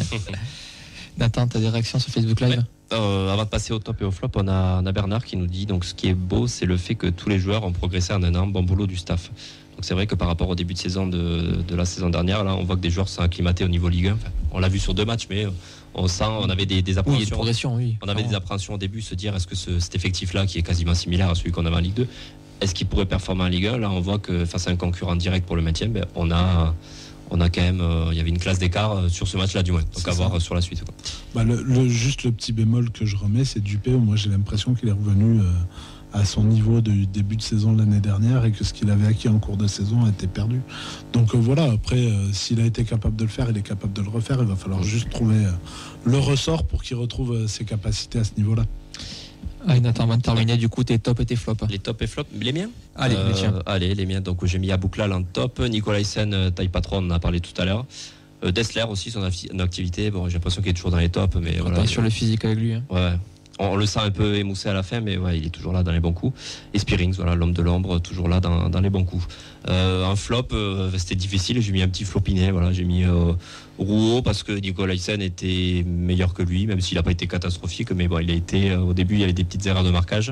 Nathan, tu as des réactions sur Facebook Live ? Ouais. Euh, avant de passer au top et au flop, on a, on a Bernard qui nous dit donc ce qui est beau, c'est le fait que tous les joueurs ont progressé en un an. Bon boulot du staff. Donc c'est vrai que par rapport au début de saison de, de la saison dernière, là, on voit que des joueurs sont acclimatés au niveau Ligue un. Enfin, on l'a vu sur deux matchs, mais on sent, on avait des, des appréhensions. Oui, progression, oui. On avait des appréhensions au début, se dire est-ce que ce, cet effectif-là, qui est quasiment similaire à celui qu'on avait en Ligue deux, est-ce qu'il pourrait performer en Ligue un ? Là, on voit que face à un concurrent direct pour le maintien, ben, on a on a quand même, euh, il y avait une classe d'écart sur ce match-là du moins. Donc c'est à ça. Voir sur la suite. Quoi. Bah le, le, juste le petit bémol que je remets, c'est Dupé, où moi j'ai l'impression qu'il est revenu euh, à son niveau du début de saison de l'année dernière et que ce qu'il avait acquis en cours de saison a été perdu. Donc euh, voilà, après, euh, s'il a été capable de le faire, il est capable de le refaire. Il va falloir juste trouver euh, le ressort pour qu'il retrouve euh, ses capacités à ce niveau-là. Allez Nathan, avant de terminer, du coup, tes top et tes flops. Les top et flops, les miens ? Allez, euh, les tiens. Allez, les miens. Donc j'ai mis Abouklal en top, Nicolaisen, taille patron, on en a parlé tout à l'heure. Euh, Dessler aussi, son, son activité, bon, j'ai l'impression qu'il est toujours dans les tops. Mais voilà, pas il, sur le physique avec lui. Hein. Ouais. On, on le sent un peu émoussé à la fin, mais ouais, il est toujours là dans les bons coups. Et Spearings, voilà, l'homme de l'ombre, toujours là dans, dans les bons coups. Euh, un flop, euh, c'était difficile, j'ai mis un petit flopinet, voilà, j'ai mis euh, Rouault parce que Nicolaisen était meilleur que lui, même s'il n'a pas été catastrophique, mais bon, il a été, euh, au début, il y avait des petites erreurs de marquage.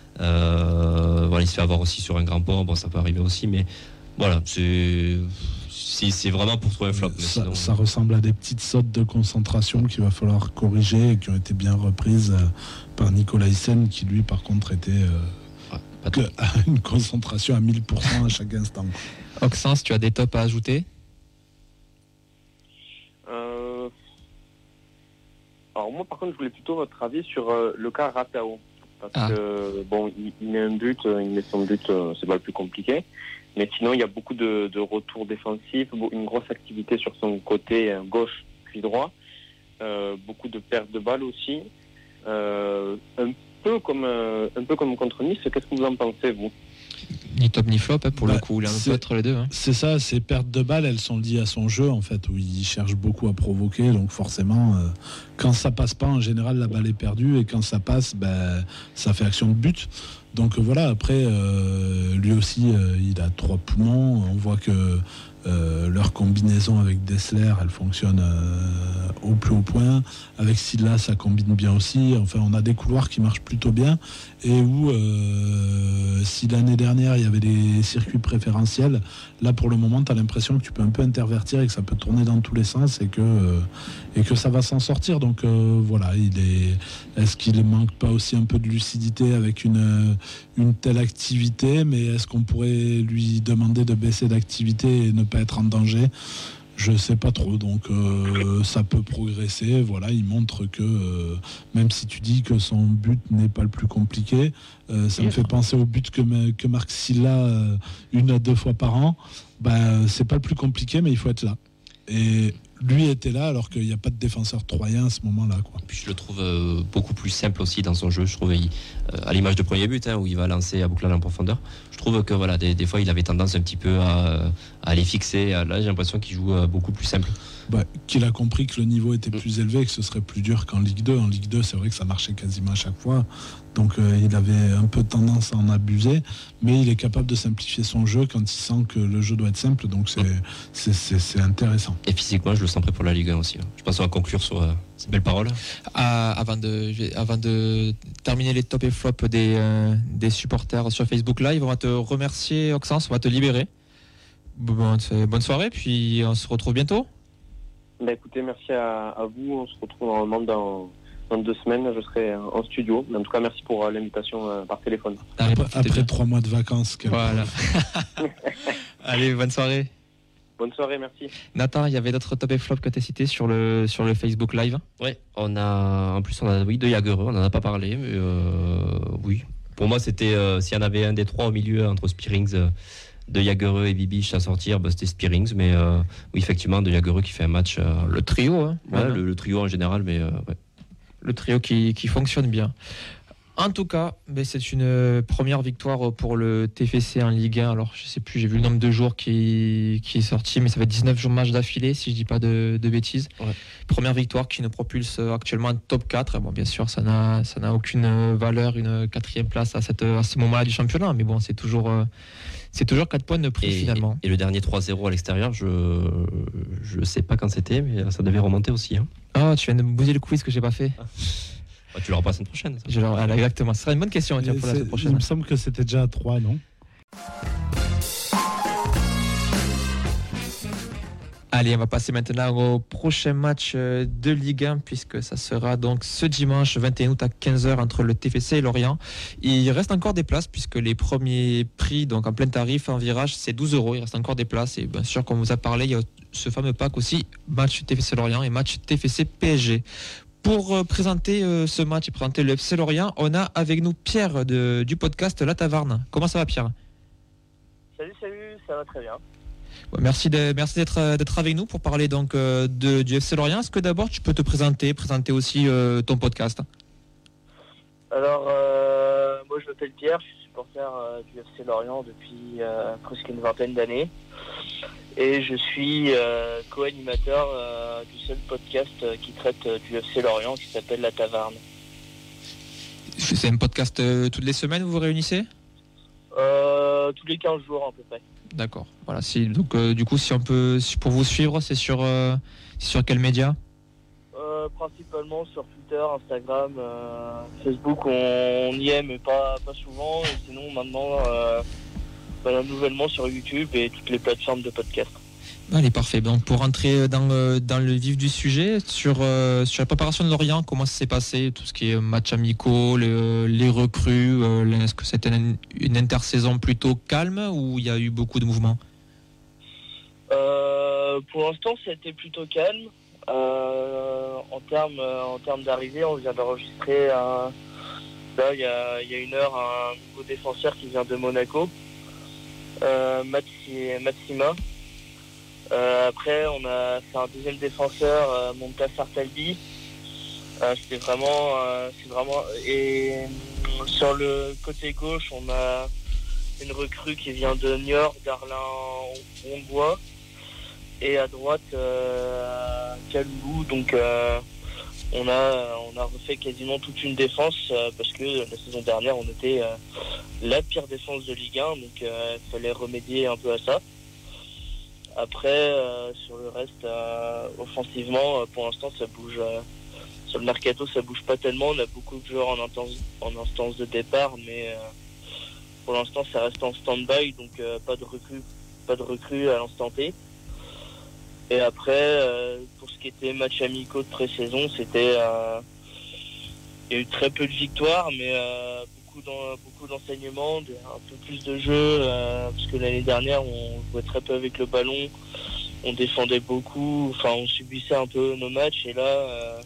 Euh, voilà, il se fait avoir aussi sur un grand pont, bon, ça peut arriver aussi, mais voilà, c'est, c'est, c'est vraiment pour trouver un flop. Mais ça, sinon... ça ressemble à des petites sautes de concentration qu'il va falloir corriger et qui ont été bien reprises euh, par Nicolaisen, qui lui, par contre, était euh, ouais, que, à une concentration à mille pour cent à chaque instant. Oxens, tu as des tops à ajouter ? euh... Alors moi, par contre, je voulais plutôt votre avis sur euh, le cas Ratao. Parce ah. que, bon, il, il met un but, il met son but, euh, c'est pas le plus compliqué. Mais sinon, il y a beaucoup de, de retours défensifs, une grosse activité sur son côté gauche puis droit. Euh, beaucoup de pertes de balles aussi. Euh, un peu comme euh, un peu comme contre Nice. Qu'est-ce que vous en pensez, vous ? Ni top ni flop, hein, pour bah, le coup. Il peut être les deux. Hein. C'est ça, ces pertes de balles, elles sont liées à son jeu, en fait, où il cherche beaucoup à provoquer. Donc forcément, euh, quand ça passe pas, en général, la balle est perdue. Et quand ça passe, bah, ça fait action de but. Donc voilà, après, euh, lui aussi, euh, il a trois poumons. On voit que euh, leur combinaison avec Dessler, elle fonctionne euh, au plus haut point. Avec Silla, ça combine bien aussi. Enfin, on a des couloirs qui marchent plutôt bien. Et où, euh, si l'année dernière, il y avait des circuits préférentiels, là, pour le moment, tu as l'impression que tu peux un peu intervertir et que ça peut tourner dans tous les sens et que, euh, et que ça va s'en sortir. Donc euh, voilà, il est... est-ce qu'il ne manque pas aussi un peu de lucidité avec une, une telle activité ? Mais est-ce qu'on pourrait lui demander de baisser d'activité et ne pas être en danger ? Je sais pas trop, donc euh, ça peut progresser. Voilà, il montre que euh, même si tu dis que son but n'est pas le plus compliqué, euh, ça me fait penser au but que, que marque Silla euh, une à deux fois par an. Bah, c'est pas le plus compliqué, mais il faut être là. Et lui était là alors qu'il n'y a pas de défenseur troyen à ce moment-là, quoi. Puis je le trouve euh, beaucoup plus simple aussi dans son jeu. Je trouve, il, euh, à l'image de premier but, hein, où il va lancer à Bouclal en profondeur, je trouve que voilà, des, des fois il avait tendance un petit peu à, à aller fixer. Là, j'ai l'impression qu'il joue euh, beaucoup plus simple. Bah, qu'il a compris que le niveau était plus élevé et que ce serait plus dur qu'en Ligue deux. En Ligue deux, c'est vrai que ça marchait quasiment à chaque fois. Donc euh, il avait un peu tendance à en abuser, mais il est capable de simplifier son jeu quand il sent que le jeu doit être simple. Donc c'est, c'est, c'est, c'est intéressant. Et physiquement, je le sens prêt pour la Ligue un aussi. Je pense qu'on va conclure sur euh, ces belles paroles. Ah, avant, de, avant de terminer les top et flops des, euh, des supporters sur Facebook Live, on va te remercier, Oxens, on va te libérer. Bon, bonne soirée, puis on se retrouve bientôt. Bah écoutez, merci à, à vous. On se retrouve normalement dans, dans deux semaines. Je serai en studio. En tout cas, merci pour euh, l'invitation euh, par téléphone. Allez, après après trois mois de vacances. Voilà. Allez, bonne soirée. Bonne soirée, merci. Nathan, il y avait d'autres top et flops que tu as cités sur le, sur le Facebook Live. Oui, on a, en plus, on a oui, de Jagereux, on n'en a pas parlé, mais euh, oui. Pour moi, c'était, euh, s'il y en avait un des trois au milieu entre Spearings, euh, de Jagereux et Bibiche à sortir, bah, c'était Spearings, mais euh, oui, effectivement, de Jagereux qui fait un match. Euh, le trio, hein. Ouais, Voilà. le, le trio en général, mais euh, ouais. Le trio qui, qui fonctionne bien. En tout cas, ben c'est une première victoire pour le T F C en Ligue un. Alors, je sais plus, j'ai vu le nombre de jours qui, qui est sorti, mais ça fait dix-neuf jours matchs d'affilée, si je dis pas de, de bêtises. Ouais. Première victoire qui nous propulse actuellement en top quatre. Bon, bien sûr, ça n'a, ça n'a aucune valeur, une quatrième place à, cette, à ce moment-là du championnat, mais bon, c'est toujours, c'est toujours quatre points de prix Et, finalement. et le dernier trois zéro à l'extérieur, je ne sais pas quand c'était, mais ça devait remonter aussi. Hein. Ah, tu viens de me bouser le quiz que j'ai pas fait. Bah, tu l'auras pas la semaine prochaine. Ça. Je leur... ah, exactement, ce sera une bonne question tiens, pour la semaine prochaine. Il me semble que c'était déjà à trois, non ? Allez, on va passer maintenant au prochain match de Ligue un, puisque ça sera donc ce dimanche vingt et un août à quinze heures entre le T F C et Lorient. Il reste encore des places, puisque les premiers prix, donc en plein tarif, en virage, c'est douze euros. Il reste encore des places. Et bien sûr, comme on vous a parlé, il y a ce fameux pack aussi, match T F C Lorient et match T F C P S G. Pour euh, présenter euh, ce match et présenter le F C Lorient, on a avec nous Pierre de, du podcast La Taverne. Comment ça va, Pierre ? Salut, salut, ça va très bien. Bon, merci de, merci d'être, d'être avec nous pour parler donc euh, de, du F C Lorient. Est-ce que d'abord tu peux te présenter, présenter aussi euh, ton podcast ? Alors, euh, moi je m'appelle Pierre, je suis supporter euh, du F C Lorient depuis euh, presque une vingtaine d'années. Et je suis euh, co-animateur euh, du seul podcast euh, qui traite euh, du F C Lorient qui s'appelle La Taverne. C'est un podcast euh, toutes les semaines, vous vous réunissez ? euh, Tous les quinze jours à peu près. D'accord. Voilà. Si, donc euh, du coup, si on peut, si pour vous suivre, c'est sur, euh, c'est sur quel média ? euh, Principalement sur Twitter, Instagram, euh, Facebook, on, on y est mais pas, pas souvent. Et sinon maintenant, euh, bah, nouvellement sur YouTube et toutes les plateformes de podcast. Allez, parfait. Donc pour rentrer dans, euh, dans le vif du sujet, sur, euh, sur la préparation de Lorient, comment ça s'est passé ? Tout ce qui est matchs amicaux, les, les recrues, euh, est-ce que c'était une, une intersaison plutôt calme ou il y a eu beaucoup de mouvements ? euh, Pour l'instant, c'était plutôt calme. Euh, en termes en termes d'arrivée, on vient d'enregistrer un, là il y a, il y a une heure un nouveau défenseur qui vient de Monaco, euh, Matsima. Euh, après, on a fait un deuxième défenseur, euh, Montassar Talbi. Euh, c'était vraiment, euh, c'est vraiment. Et euh, sur le côté gauche, on a une recrue qui vient de Niort, d'Arlin Hongrois. Et à droite, euh, Kaloulou. Donc, euh, on a, on a refait quasiment toute une défense euh, parce que la saison dernière, on était euh, la pire défense de Ligue un. Donc, il euh, fallait remédier un peu à ça. Après, euh, sur le reste, euh, offensivement, euh, pour l'instant, ça bouge. Euh, sur le mercato, ça bouge pas tellement. On a beaucoup de joueurs en instance, en instance de départ, mais euh, pour l'instant, ça reste en stand-by, donc euh, pas de recrue, pas de recrue à l'instant T. Et après, euh, pour ce qui était matchs amicaux de pré-saison, c'était, euh, il y a eu très peu de victoires, mais euh, beaucoup, d'en, beaucoup d'enseignements, de, un peu plus de jeu, euh, parce que l'année dernière, on jouait très peu avec le ballon, on défendait beaucoup, enfin, on subissait un peu nos matchs, et là, euh,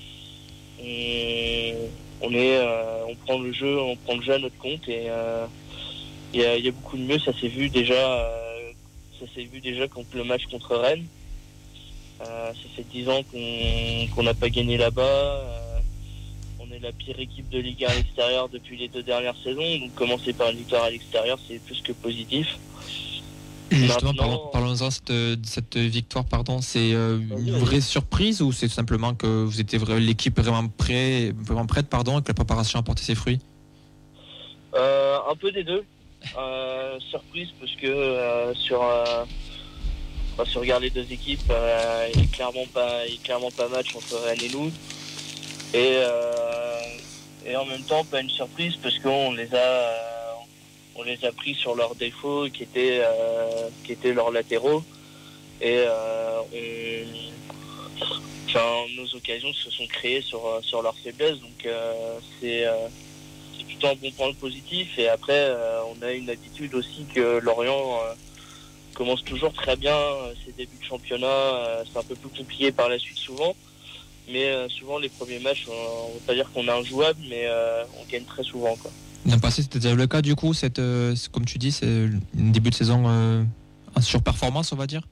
on, on est, euh, on prend le jeu, on prend le jeu à notre compte, et euh, il y a, il y a beaucoup de mieux. Ça s'est vu déjà, euh, ça s'est vu déjà contre le match contre Rennes. Euh, ça fait dix ans qu'on qu'on n'a pas gagné là-bas. Euh, on est la pire équipe de Ligue un à l'extérieur depuis les deux dernières saisons. Donc commencer par une victoire à l'extérieur, c'est plus que positif. Justement, Maintenant- parlons- parlons-en de cette, de cette victoire, pardon. C'est euh, Vas-y, une vas-y. vraie surprise ou c'est tout simplement que vous étiez vra- l'équipe vraiment, prêt, vraiment prête pardon, et que la préparation a porté ses fruits? Euh, un peu des deux. Euh, surprise parce que euh, sur euh, enfin, si on regarde les deux équipes, euh, il n'y a clairement pas, il y a clairement pas match entre Rennes et nous. Et, euh, et en même temps pas une surprise parce qu'on les a euh, on les a pris sur leurs défauts qui étaient euh, qui étaient leurs latéraux et euh, on, enfin, nos occasions se sont créées sur sur leurs faiblesses, donc euh, c'est euh, c'est plutôt un bon point positif. Et après euh, on a une habitude aussi que Lorient euh, commence toujours très bien euh, ses débuts de championnat. Euh, c'est un peu plus compliqué par la suite souvent, mais euh, souvent les premiers matchs, on ne veut pas dire qu'on est injouable, mais euh, on gagne très souvent, quoi. L'an passé, c'était déjà le cas du coup. Cette, euh, c'est- comme tu dis, c'est un début de saison euh, en surperformance, on va dire.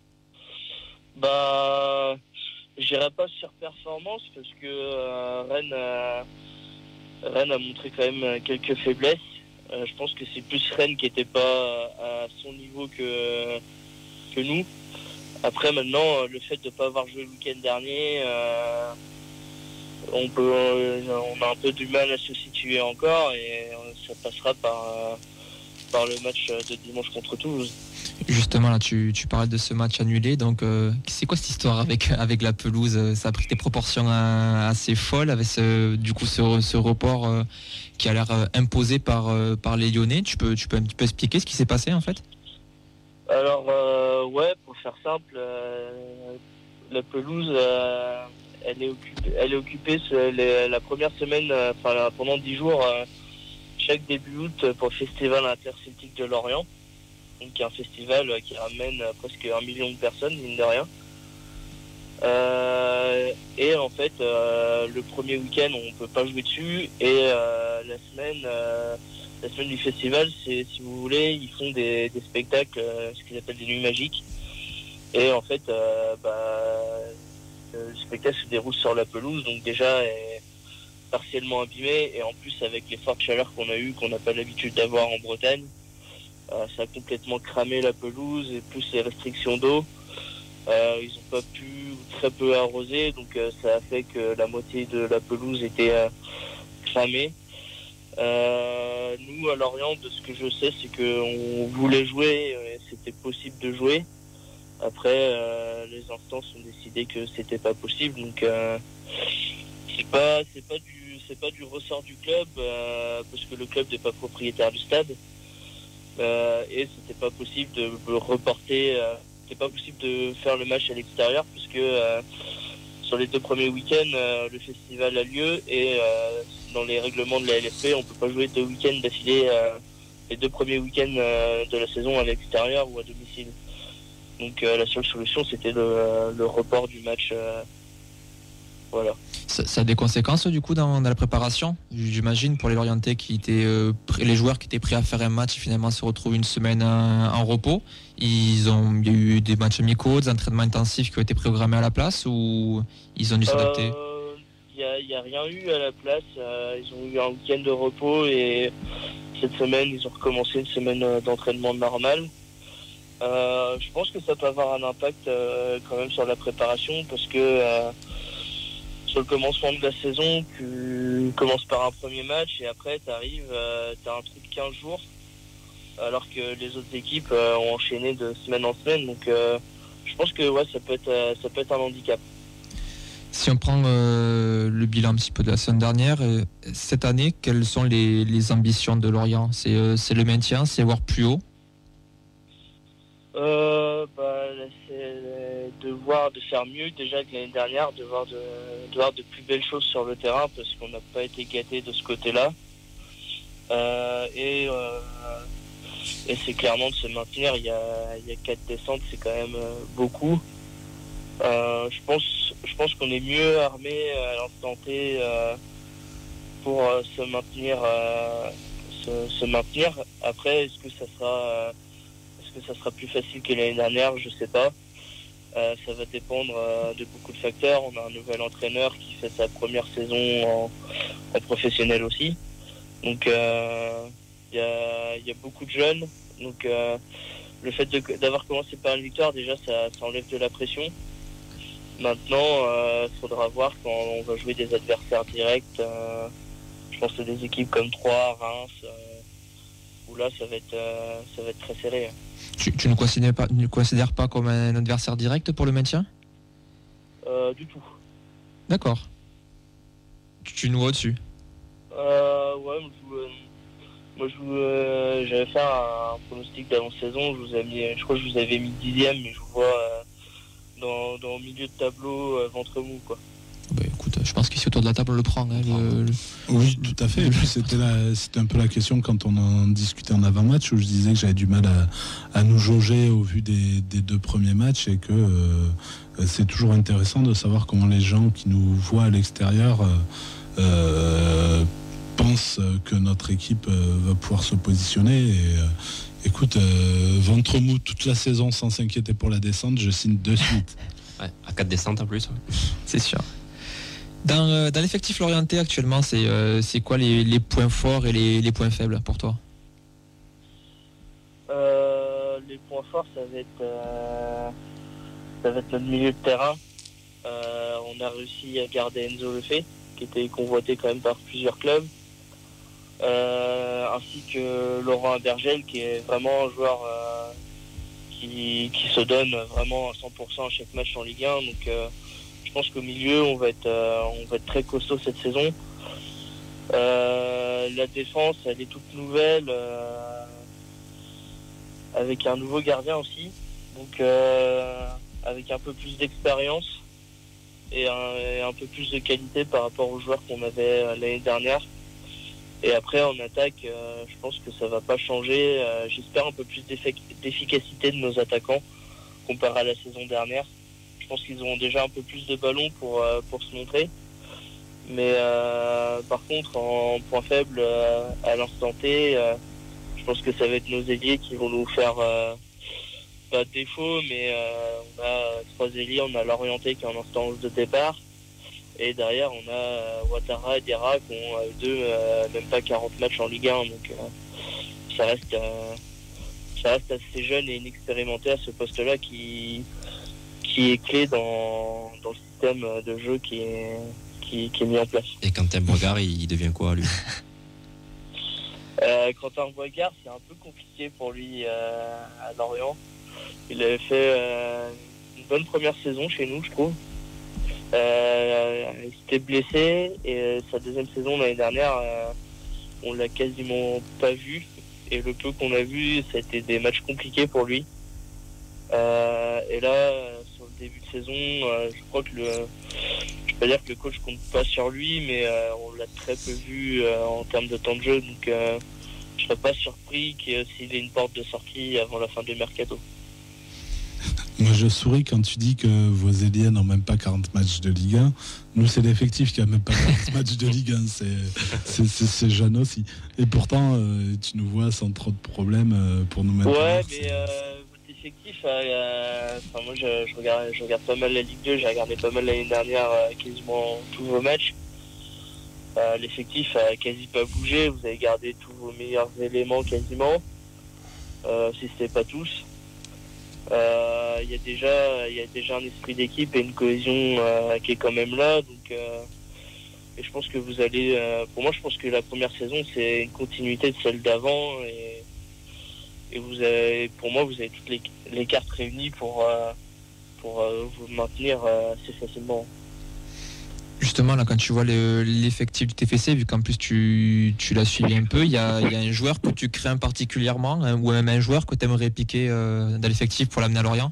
Bah, j'irai pas sur performance parce que euh, Rennes, a, Rennes a montré quand même quelques faiblesses. Euh, je pense que c'est plus Rennes qui n'était pas à son niveau que, que nous. Après, maintenant, le fait de ne pas avoir joué le week-end dernier, euh, on, peut, euh, on a un peu du mal à se situer encore et euh, ça passera par, euh, par le match de dimanche contre Toulouse. Justement, là, tu, tu parlais de ce match annulé. Donc, euh, c'est quoi cette histoire avec, avec la pelouse? Ça a pris des proportions euh, assez folles avec ce, du coup, ce, ce report euh, qui a l'air euh, imposé par, euh, par les Lyonnais. Tu peux, tu peux un petit peu expliquer ce qui s'est passé en fait? Alors, euh, ouais, pour faire simple, euh, la pelouse, euh, elle est occupée, elle est occupée ce- les- la première semaine, euh, enfin la- pendant dix jours, euh, chaque début août pour le festival interceltique de Lorient. Donc, qui est un festival euh, qui ramène euh, presque un million de personnes, mine de rien. Euh, et en fait, euh, le premier week-end, on peut pas jouer dessus. Et euh, la semaine, euh, la semaine du festival, c'est, si vous voulez, ils font des, des spectacles, euh, ce qu'ils appellent des nuits magiques. Et en fait, euh, bah, le spectacle se déroule sur la pelouse, donc déjà est partiellement abîmé. Et en plus, avec les fortes chaleurs qu'on a eues, qu'on n'a pas l'habitude d'avoir en Bretagne, euh, ça a complètement cramé la pelouse, et plus les restrictions d'eau. Euh, ils n'ont pas pu, ou très peu arroser, donc euh, ça a fait que la moitié de la pelouse était euh, cramée. Euh, nous, à Lorient, de ce que je sais, c'est qu'on voulait jouer, et c'était possible de jouer. Après, euh, les instances ont décidé que c'était pas possible, donc euh, c'est pas, c'est pas du, c'est pas du ressort du club, euh, parce que le club n'est pas propriétaire du stade, euh, et c'était pas possible de reporter. Euh, C'est pas possible de faire le match à l'extérieur puisque euh, sur les deux premiers week-ends, euh, le festival a lieu et euh, dans les règlements de la L F P, on peut pas jouer deux week-ends d'affilée, euh, les deux premiers week-ends euh, de la saison à l'extérieur ou à domicile. Donc euh, la seule solution, c'était le, le report du match. Euh, voilà. Ça, ça a des conséquences du coup dans, dans la préparation, j'imagine, pour les Lorientais qui étaient euh, prêts- les joueurs qui étaient prêts à faire un match et finalement se retrouvent une semaine euh, en repos. Ils ont, il y a eu des matchs amicaux, des entraînements intensifs qui ont été programmés à la place ou ils ont dû s'adapter? Il euh, n'y a, a rien eu à la place. Euh, ils ont eu un week-end de repos et cette semaine, ils ont recommencé une semaine euh, d'entraînement normal. Euh, je pense que ça peut avoir un impact euh, quand même sur la préparation parce que euh, sur le commencement de la saison, tu commences par un premier match et après tu arrives, euh, tu as un truc de quinze jours alors que les autres équipes euh, ont enchaîné de semaine en semaine. Donc euh, je pense que ouais, ça peut être, euh, ça peut être un handicap. Si on prend euh, le bilan un petit peu de la semaine dernière, euh, cette année, quelles sont les, les ambitions de Lorient? C'est euh, c'est le maintien, c'est voir plus haut? Euh, bah, c'est de voir, de faire mieux déjà que l'année dernière, de voir de, de voir de plus belles choses sur le terrain parce qu'on n'a pas été gâtés de ce côté-là. Euh, et euh, et c'est clairement de se maintenir. Il y a, il y a quatre descentes, c'est quand même euh, beaucoup. Euh, je pense, je pense qu'on est mieux armé à l'instant T euh, pour euh, se maintenir, euh, se, se maintenir. Après, est-ce que ça sera euh, Est-ce que ça sera plus facile que l'année dernière? Je sais pas. Euh, ça va dépendre euh, de beaucoup de facteurs. On a un nouvel entraîneur qui fait sa première saison en, en professionnel aussi. Donc il euh, y, a, y a beaucoup de jeunes. Donc euh, le fait de, d'avoir commencé par une victoire, déjà ça, ça enlève de la pression. Maintenant, il euh, faudra voir quand on va jouer des adversaires directs. Euh, je pense à des équipes comme Troyes, Reims, euh, où là ça va être, euh, ça va être très serré. Tu, tu ne considères pas, ne considères pas comme un adversaire direct pour le maintien ? euh, Du tout. D'accord. Tu, tu nous au-dessus ? euh, Ouais, moi je, euh, moi, je euh, j'avais fait un, un pronostic d'avant-saison. Je vous ai mis, je crois que je vous avais mis dixième, mais je vous vois euh, dans, dans le milieu de tableau, euh, ventre mou, quoi. Bah, écoute, je pense qu'ici autour de la table on le prend. Hein, le, le... Oui, tout à fait. Et puis c'était, la, c'était un peu la question quand on en discutait en avant-match, où je disais que j'avais du mal à, à nous jauger au vu des, des deux premiers matchs, et que euh, c'est toujours intéressant de savoir comment les gens qui nous voient à l'extérieur euh, euh, pensent que notre équipe euh, va pouvoir se positionner. Et, euh, écoute, euh, ventre mou toute la saison sans s'inquiéter pour la descente, je signe de suite. Ouais, à quatre descentes en plus. Ouais. C'est sûr. Dans, euh, dans l'effectif Lorientais actuellement, c'est, euh, c'est quoi les, les points forts et les, les points faibles pour toi ? euh, Les points forts, ça va être, euh, ça va être notre milieu de terrain. Euh, on a réussi à garder Enzo Lefebvre, qui était convoité quand même par plusieurs clubs, euh, ainsi que Laurent Abergel, qui est vraiment un joueur euh, qui, qui se donne vraiment à cent pour cent à chaque match en Ligue un. Donc, euh, je pense qu'au milieu, on va être, euh, on va être très costaud cette saison. Euh, la défense, elle est toute nouvelle, euh, avec un nouveau gardien aussi. Donc, euh, avec un peu plus d'expérience et un, et un peu plus de qualité par rapport aux joueurs qu'on avait l'année dernière. Et après, en attaque, euh, je pense que ça va pas changer. Euh, j'espère un peu plus d'efficacité de nos attaquants comparé à la saison dernière. Je pense qu'ils auront déjà un peu plus de ballons pour, euh, pour se montrer. Mais euh, par contre, en point faible, euh, à l'instant T, euh, je pense que ça va être nos ailiers qui vont nous faire euh, pas de défaut, mais euh, on a trois ailiers, on a l'Orienté qui est en instance de départ. Et derrière, on a euh, Ouattara et Diarra qui ont euh, deux, euh, même pas quarante matchs en Ligue un. Donc euh, ça, reste, euh, ça reste assez jeune et inexpérimenté à ce poste-là qui... qui est clé dans, dans le système de jeu qui est, qui, qui est mis en place. Et Quentin Boigard, il devient quoi, lui ? euh, Quentin Boigard, c'est un peu compliqué pour lui euh, à Lorient. Il avait fait euh, une bonne première saison chez nous, je trouve. Euh, il s'était blessé et sa deuxième saison l'année dernière, euh, on l'a quasiment pas vu. Et le peu qu'on a vu, c'était des matchs compliqués pour lui. Euh, et là, sur le début de saison, euh, je crois que le, je peux pas dire que le coach compte pas sur lui, mais euh, on l'a très peu vu euh, en termes de temps de jeu, donc euh, je serais pas surpris qu'il ait une porte de sortie avant la fin du mercato. Moi, je souris quand tu dis que vos ailiers n'ont même pas quarante matchs de Ligue un. Nous, c'est l'effectif qui a même pas quarante matchs de Ligue un. C'est, c'est, c'est, c'est jeune aussi. Et pourtant, euh, tu nous vois sans trop de problèmes euh, pour nous mettre. Ouais, mais euh, votre effectif, euh, enfin, moi, je, je, regarde, je regarde pas mal la Ligue deux. J'ai regardé pas mal l'année dernière, euh, quasiment tous vos matchs. Euh, l'effectif a quasi pas bougé. Vous avez gardé tous vos meilleurs éléments quasiment, euh, si ce n'est pas tous. Il euh, y a déjà il y a déjà un esprit d'équipe et une cohésion euh, qui est quand même là, donc euh, et je pense que vous allez euh, pour moi je pense que la première saison c'est une continuité de celle d'avant et, et vous avez pour moi vous avez toutes les, les cartes réunies pour euh, pour euh, vous maintenir euh, assez facilement. Justement, là, quand tu vois le, l'effectif du T F C, vu qu'en plus tu, tu l'as suivi un peu, il y a, y a un joueur que tu crains particulièrement, hein, ou même un joueur que tu aimerais piquer euh, dans l'effectif pour l'amener à Lorient ?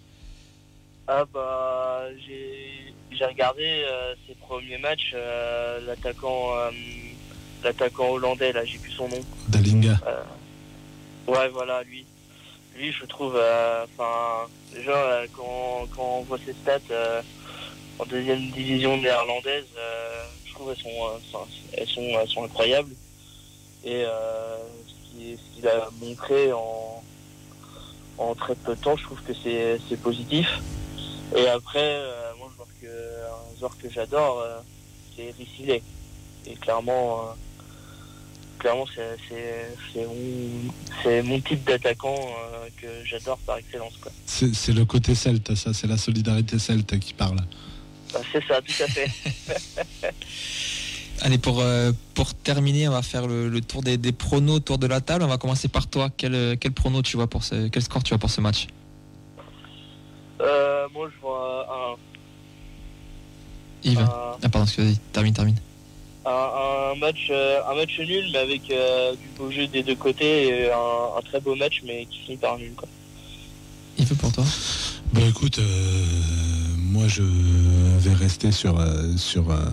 Ah bah, j'ai, j'ai regardé euh, ses premiers matchs, euh, l'attaquant, euh, l'attaquant hollandais, là, j'ai plus son nom. Dalinga. Euh, ouais, voilà, lui. Lui, je trouve, enfin, euh, déjà, euh, quand, quand on voit ses stats, euh, en deuxième division néerlandaise, euh, je trouve elles sont, euh, elles sont, elles sont incroyables. Et euh, ce, qui, ce qu'il a montré en, en très peu de temps, je trouve que c'est, c'est positif. Et après, euh, moi, je vois que un joueur que j'adore, euh, c'est Rissilé. Et clairement, euh, clairement, c'est, c'est, c'est, mon, c'est mon type d'attaquant euh, que j'adore par excellence, quoi. C'est, c'est le côté celte, ça, c'est la solidarité celte qui parle. Bah, c'est ça, tout à fait. Allez, pour, euh, pour terminer, on va faire le, le tour des, des pronos autour de la table. On va commencer par toi. Quel, quel prono tu vois pour ce, quel score tu vois pour ce match? Euh, moi, je vois un. Yves. Un, ah pardon, excusez-moi. Termine, termine. Un, un match, euh, un match nul, mais avec euh, du beau jeu des deux côtés, et un, un très beau match, mais qui finit par nul, quoi. Yves, pour toi? Bah écoute, euh, moi je vais rester sur euh, sur euh,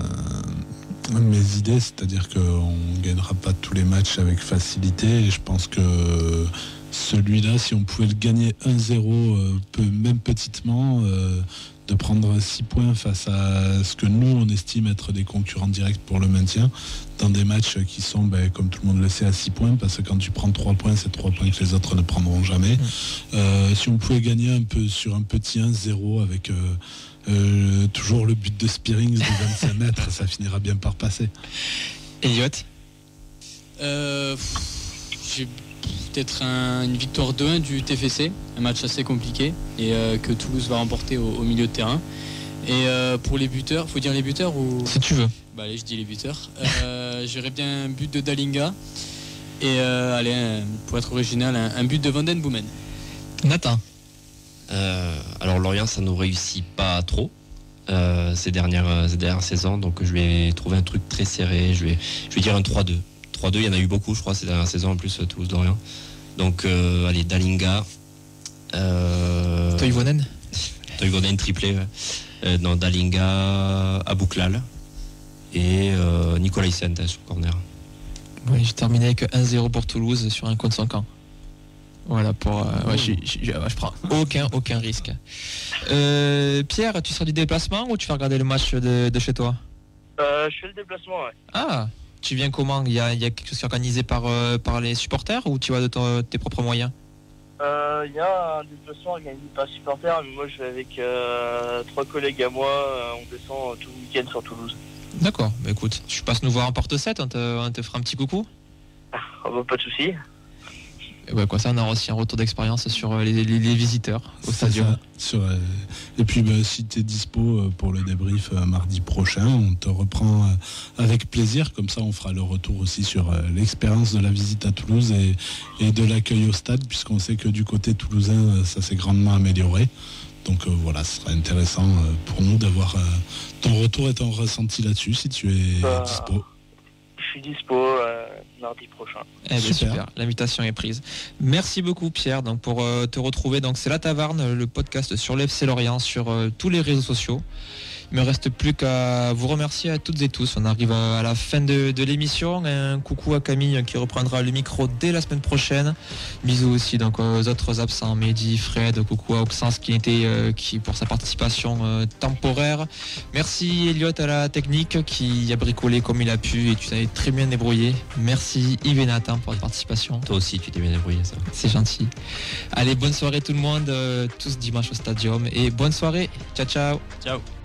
mes idées, c'est-à-dire qu'on ne gagnera pas tous les matchs avec facilité, et je pense que celui-là, si on pouvait le gagner un zéro, euh, peu, même petitement, euh, de prendre six points face à ce que nous on estime être des concurrents directs pour le maintien, dans des matchs qui sont, ben, comme tout le monde le sait, à six points, parce que quand tu prends trois points, c'est trois points que les autres ne prendront jamais. Mmh. Euh, si on pouvait gagner un peu sur un petit un zéro avec euh, euh, toujours le but de Spearings de vingt-cinq mètres, ça finira bien par passer. Elliot euh, J'ai peut-être un, une victoire deux un du T F C, un match assez compliqué et euh, que Toulouse va remporter au, au milieu de terrain. Et euh, pour les buteurs, faut dire les buteurs ou... Si tu veux. Bah allez, je dis les buteurs. Euh, J'irais bien un but de Dalinga et euh, allez, un, pour être original, un, un but de Van Den Boomen. Nathan. Euh, alors Lorient, ça ne nous réussit pas trop euh, ces, dernières, ces dernières saisons, donc je vais trouver un truc très serré. Je vais, je vais dire un trois deux. trois deux, il y en a eu beaucoup, je crois, ces dernières saisons en plus, Toulouse-Lorient. Donc euh, allez, Dalinga. Euh, Toivonen. Toivonen triplé. Ouais. Euh, non, Dalinga, Abouklal et euh, Nicolas Hyssen sur corner. Oui, j'ai terminé avec un zéro pour Toulouse sur un contre son camp. Voilà, pour. Euh, ouais, je, je, je, je prends aucun, aucun risque. Euh, Pierre, tu seras du déplacement ou tu vas regarder le match de, de chez toi? euh, Je fais le déplacement, ouais. Ah, tu viens comment? Il y a, il y a quelque chose qui est organisé par, euh, par les supporters ou tu vas de ton, tes propres moyens? Il euh, y a un déplacement organisé par les supporters, mais moi je vais avec euh, trois collègues à moi. Euh, on descend tout le week-end sur Toulouse. D'accord, bah écoute, tu passes nous voir en porte sept, on te, on te fera un petit coucou. Oh, bah, pas de soucis. Et ouais, quoi, ça, on aura aussi un retour d'expérience sur les, les, les visiteurs au stadium. Sur, euh, et puis, bah, si tu es dispo pour le débrief euh, mardi prochain, on te reprend euh, avec plaisir. Comme ça, on fera le retour aussi sur euh, l'expérience de la visite à Toulouse et, et de l'accueil au stade, puisqu'on sait que du côté toulousain, euh, ça s'est grandement amélioré. Donc euh, voilà, ce sera intéressant euh, pour nous d'avoir euh, ton retour et ton ressenti là-dessus, si tu es bah, dispo. Je suis dispo euh, mardi prochain. Eh bien, super. super, l'invitation est prise. Merci beaucoup Pierre. Donc pour euh, te retrouver, donc c'est La Taverne, le podcast sur l'F C Lorient sur euh, tous les réseaux sociaux. Il me reste plus qu'à vous remercier à toutes et tous. On arrive à la fin de, de l'émission. Un coucou à Camille qui reprendra le micro dès la semaine prochaine. Bisous aussi donc aux autres absents, Mehdi, Fred, coucou à Auxence qui était euh, qui pour sa participation euh, temporaire. Merci Elliot à la technique qui a bricolé comme il a pu et tu t'avais très bien débrouillé. Merci Yves et Nathan pour votre participation. Toi aussi tu t'es bien débrouillé, ça. C'est gentil. Allez, bonne soirée tout le monde, euh, tous dimanche au stadium et bonne soirée. Ciao ciao. Ciao.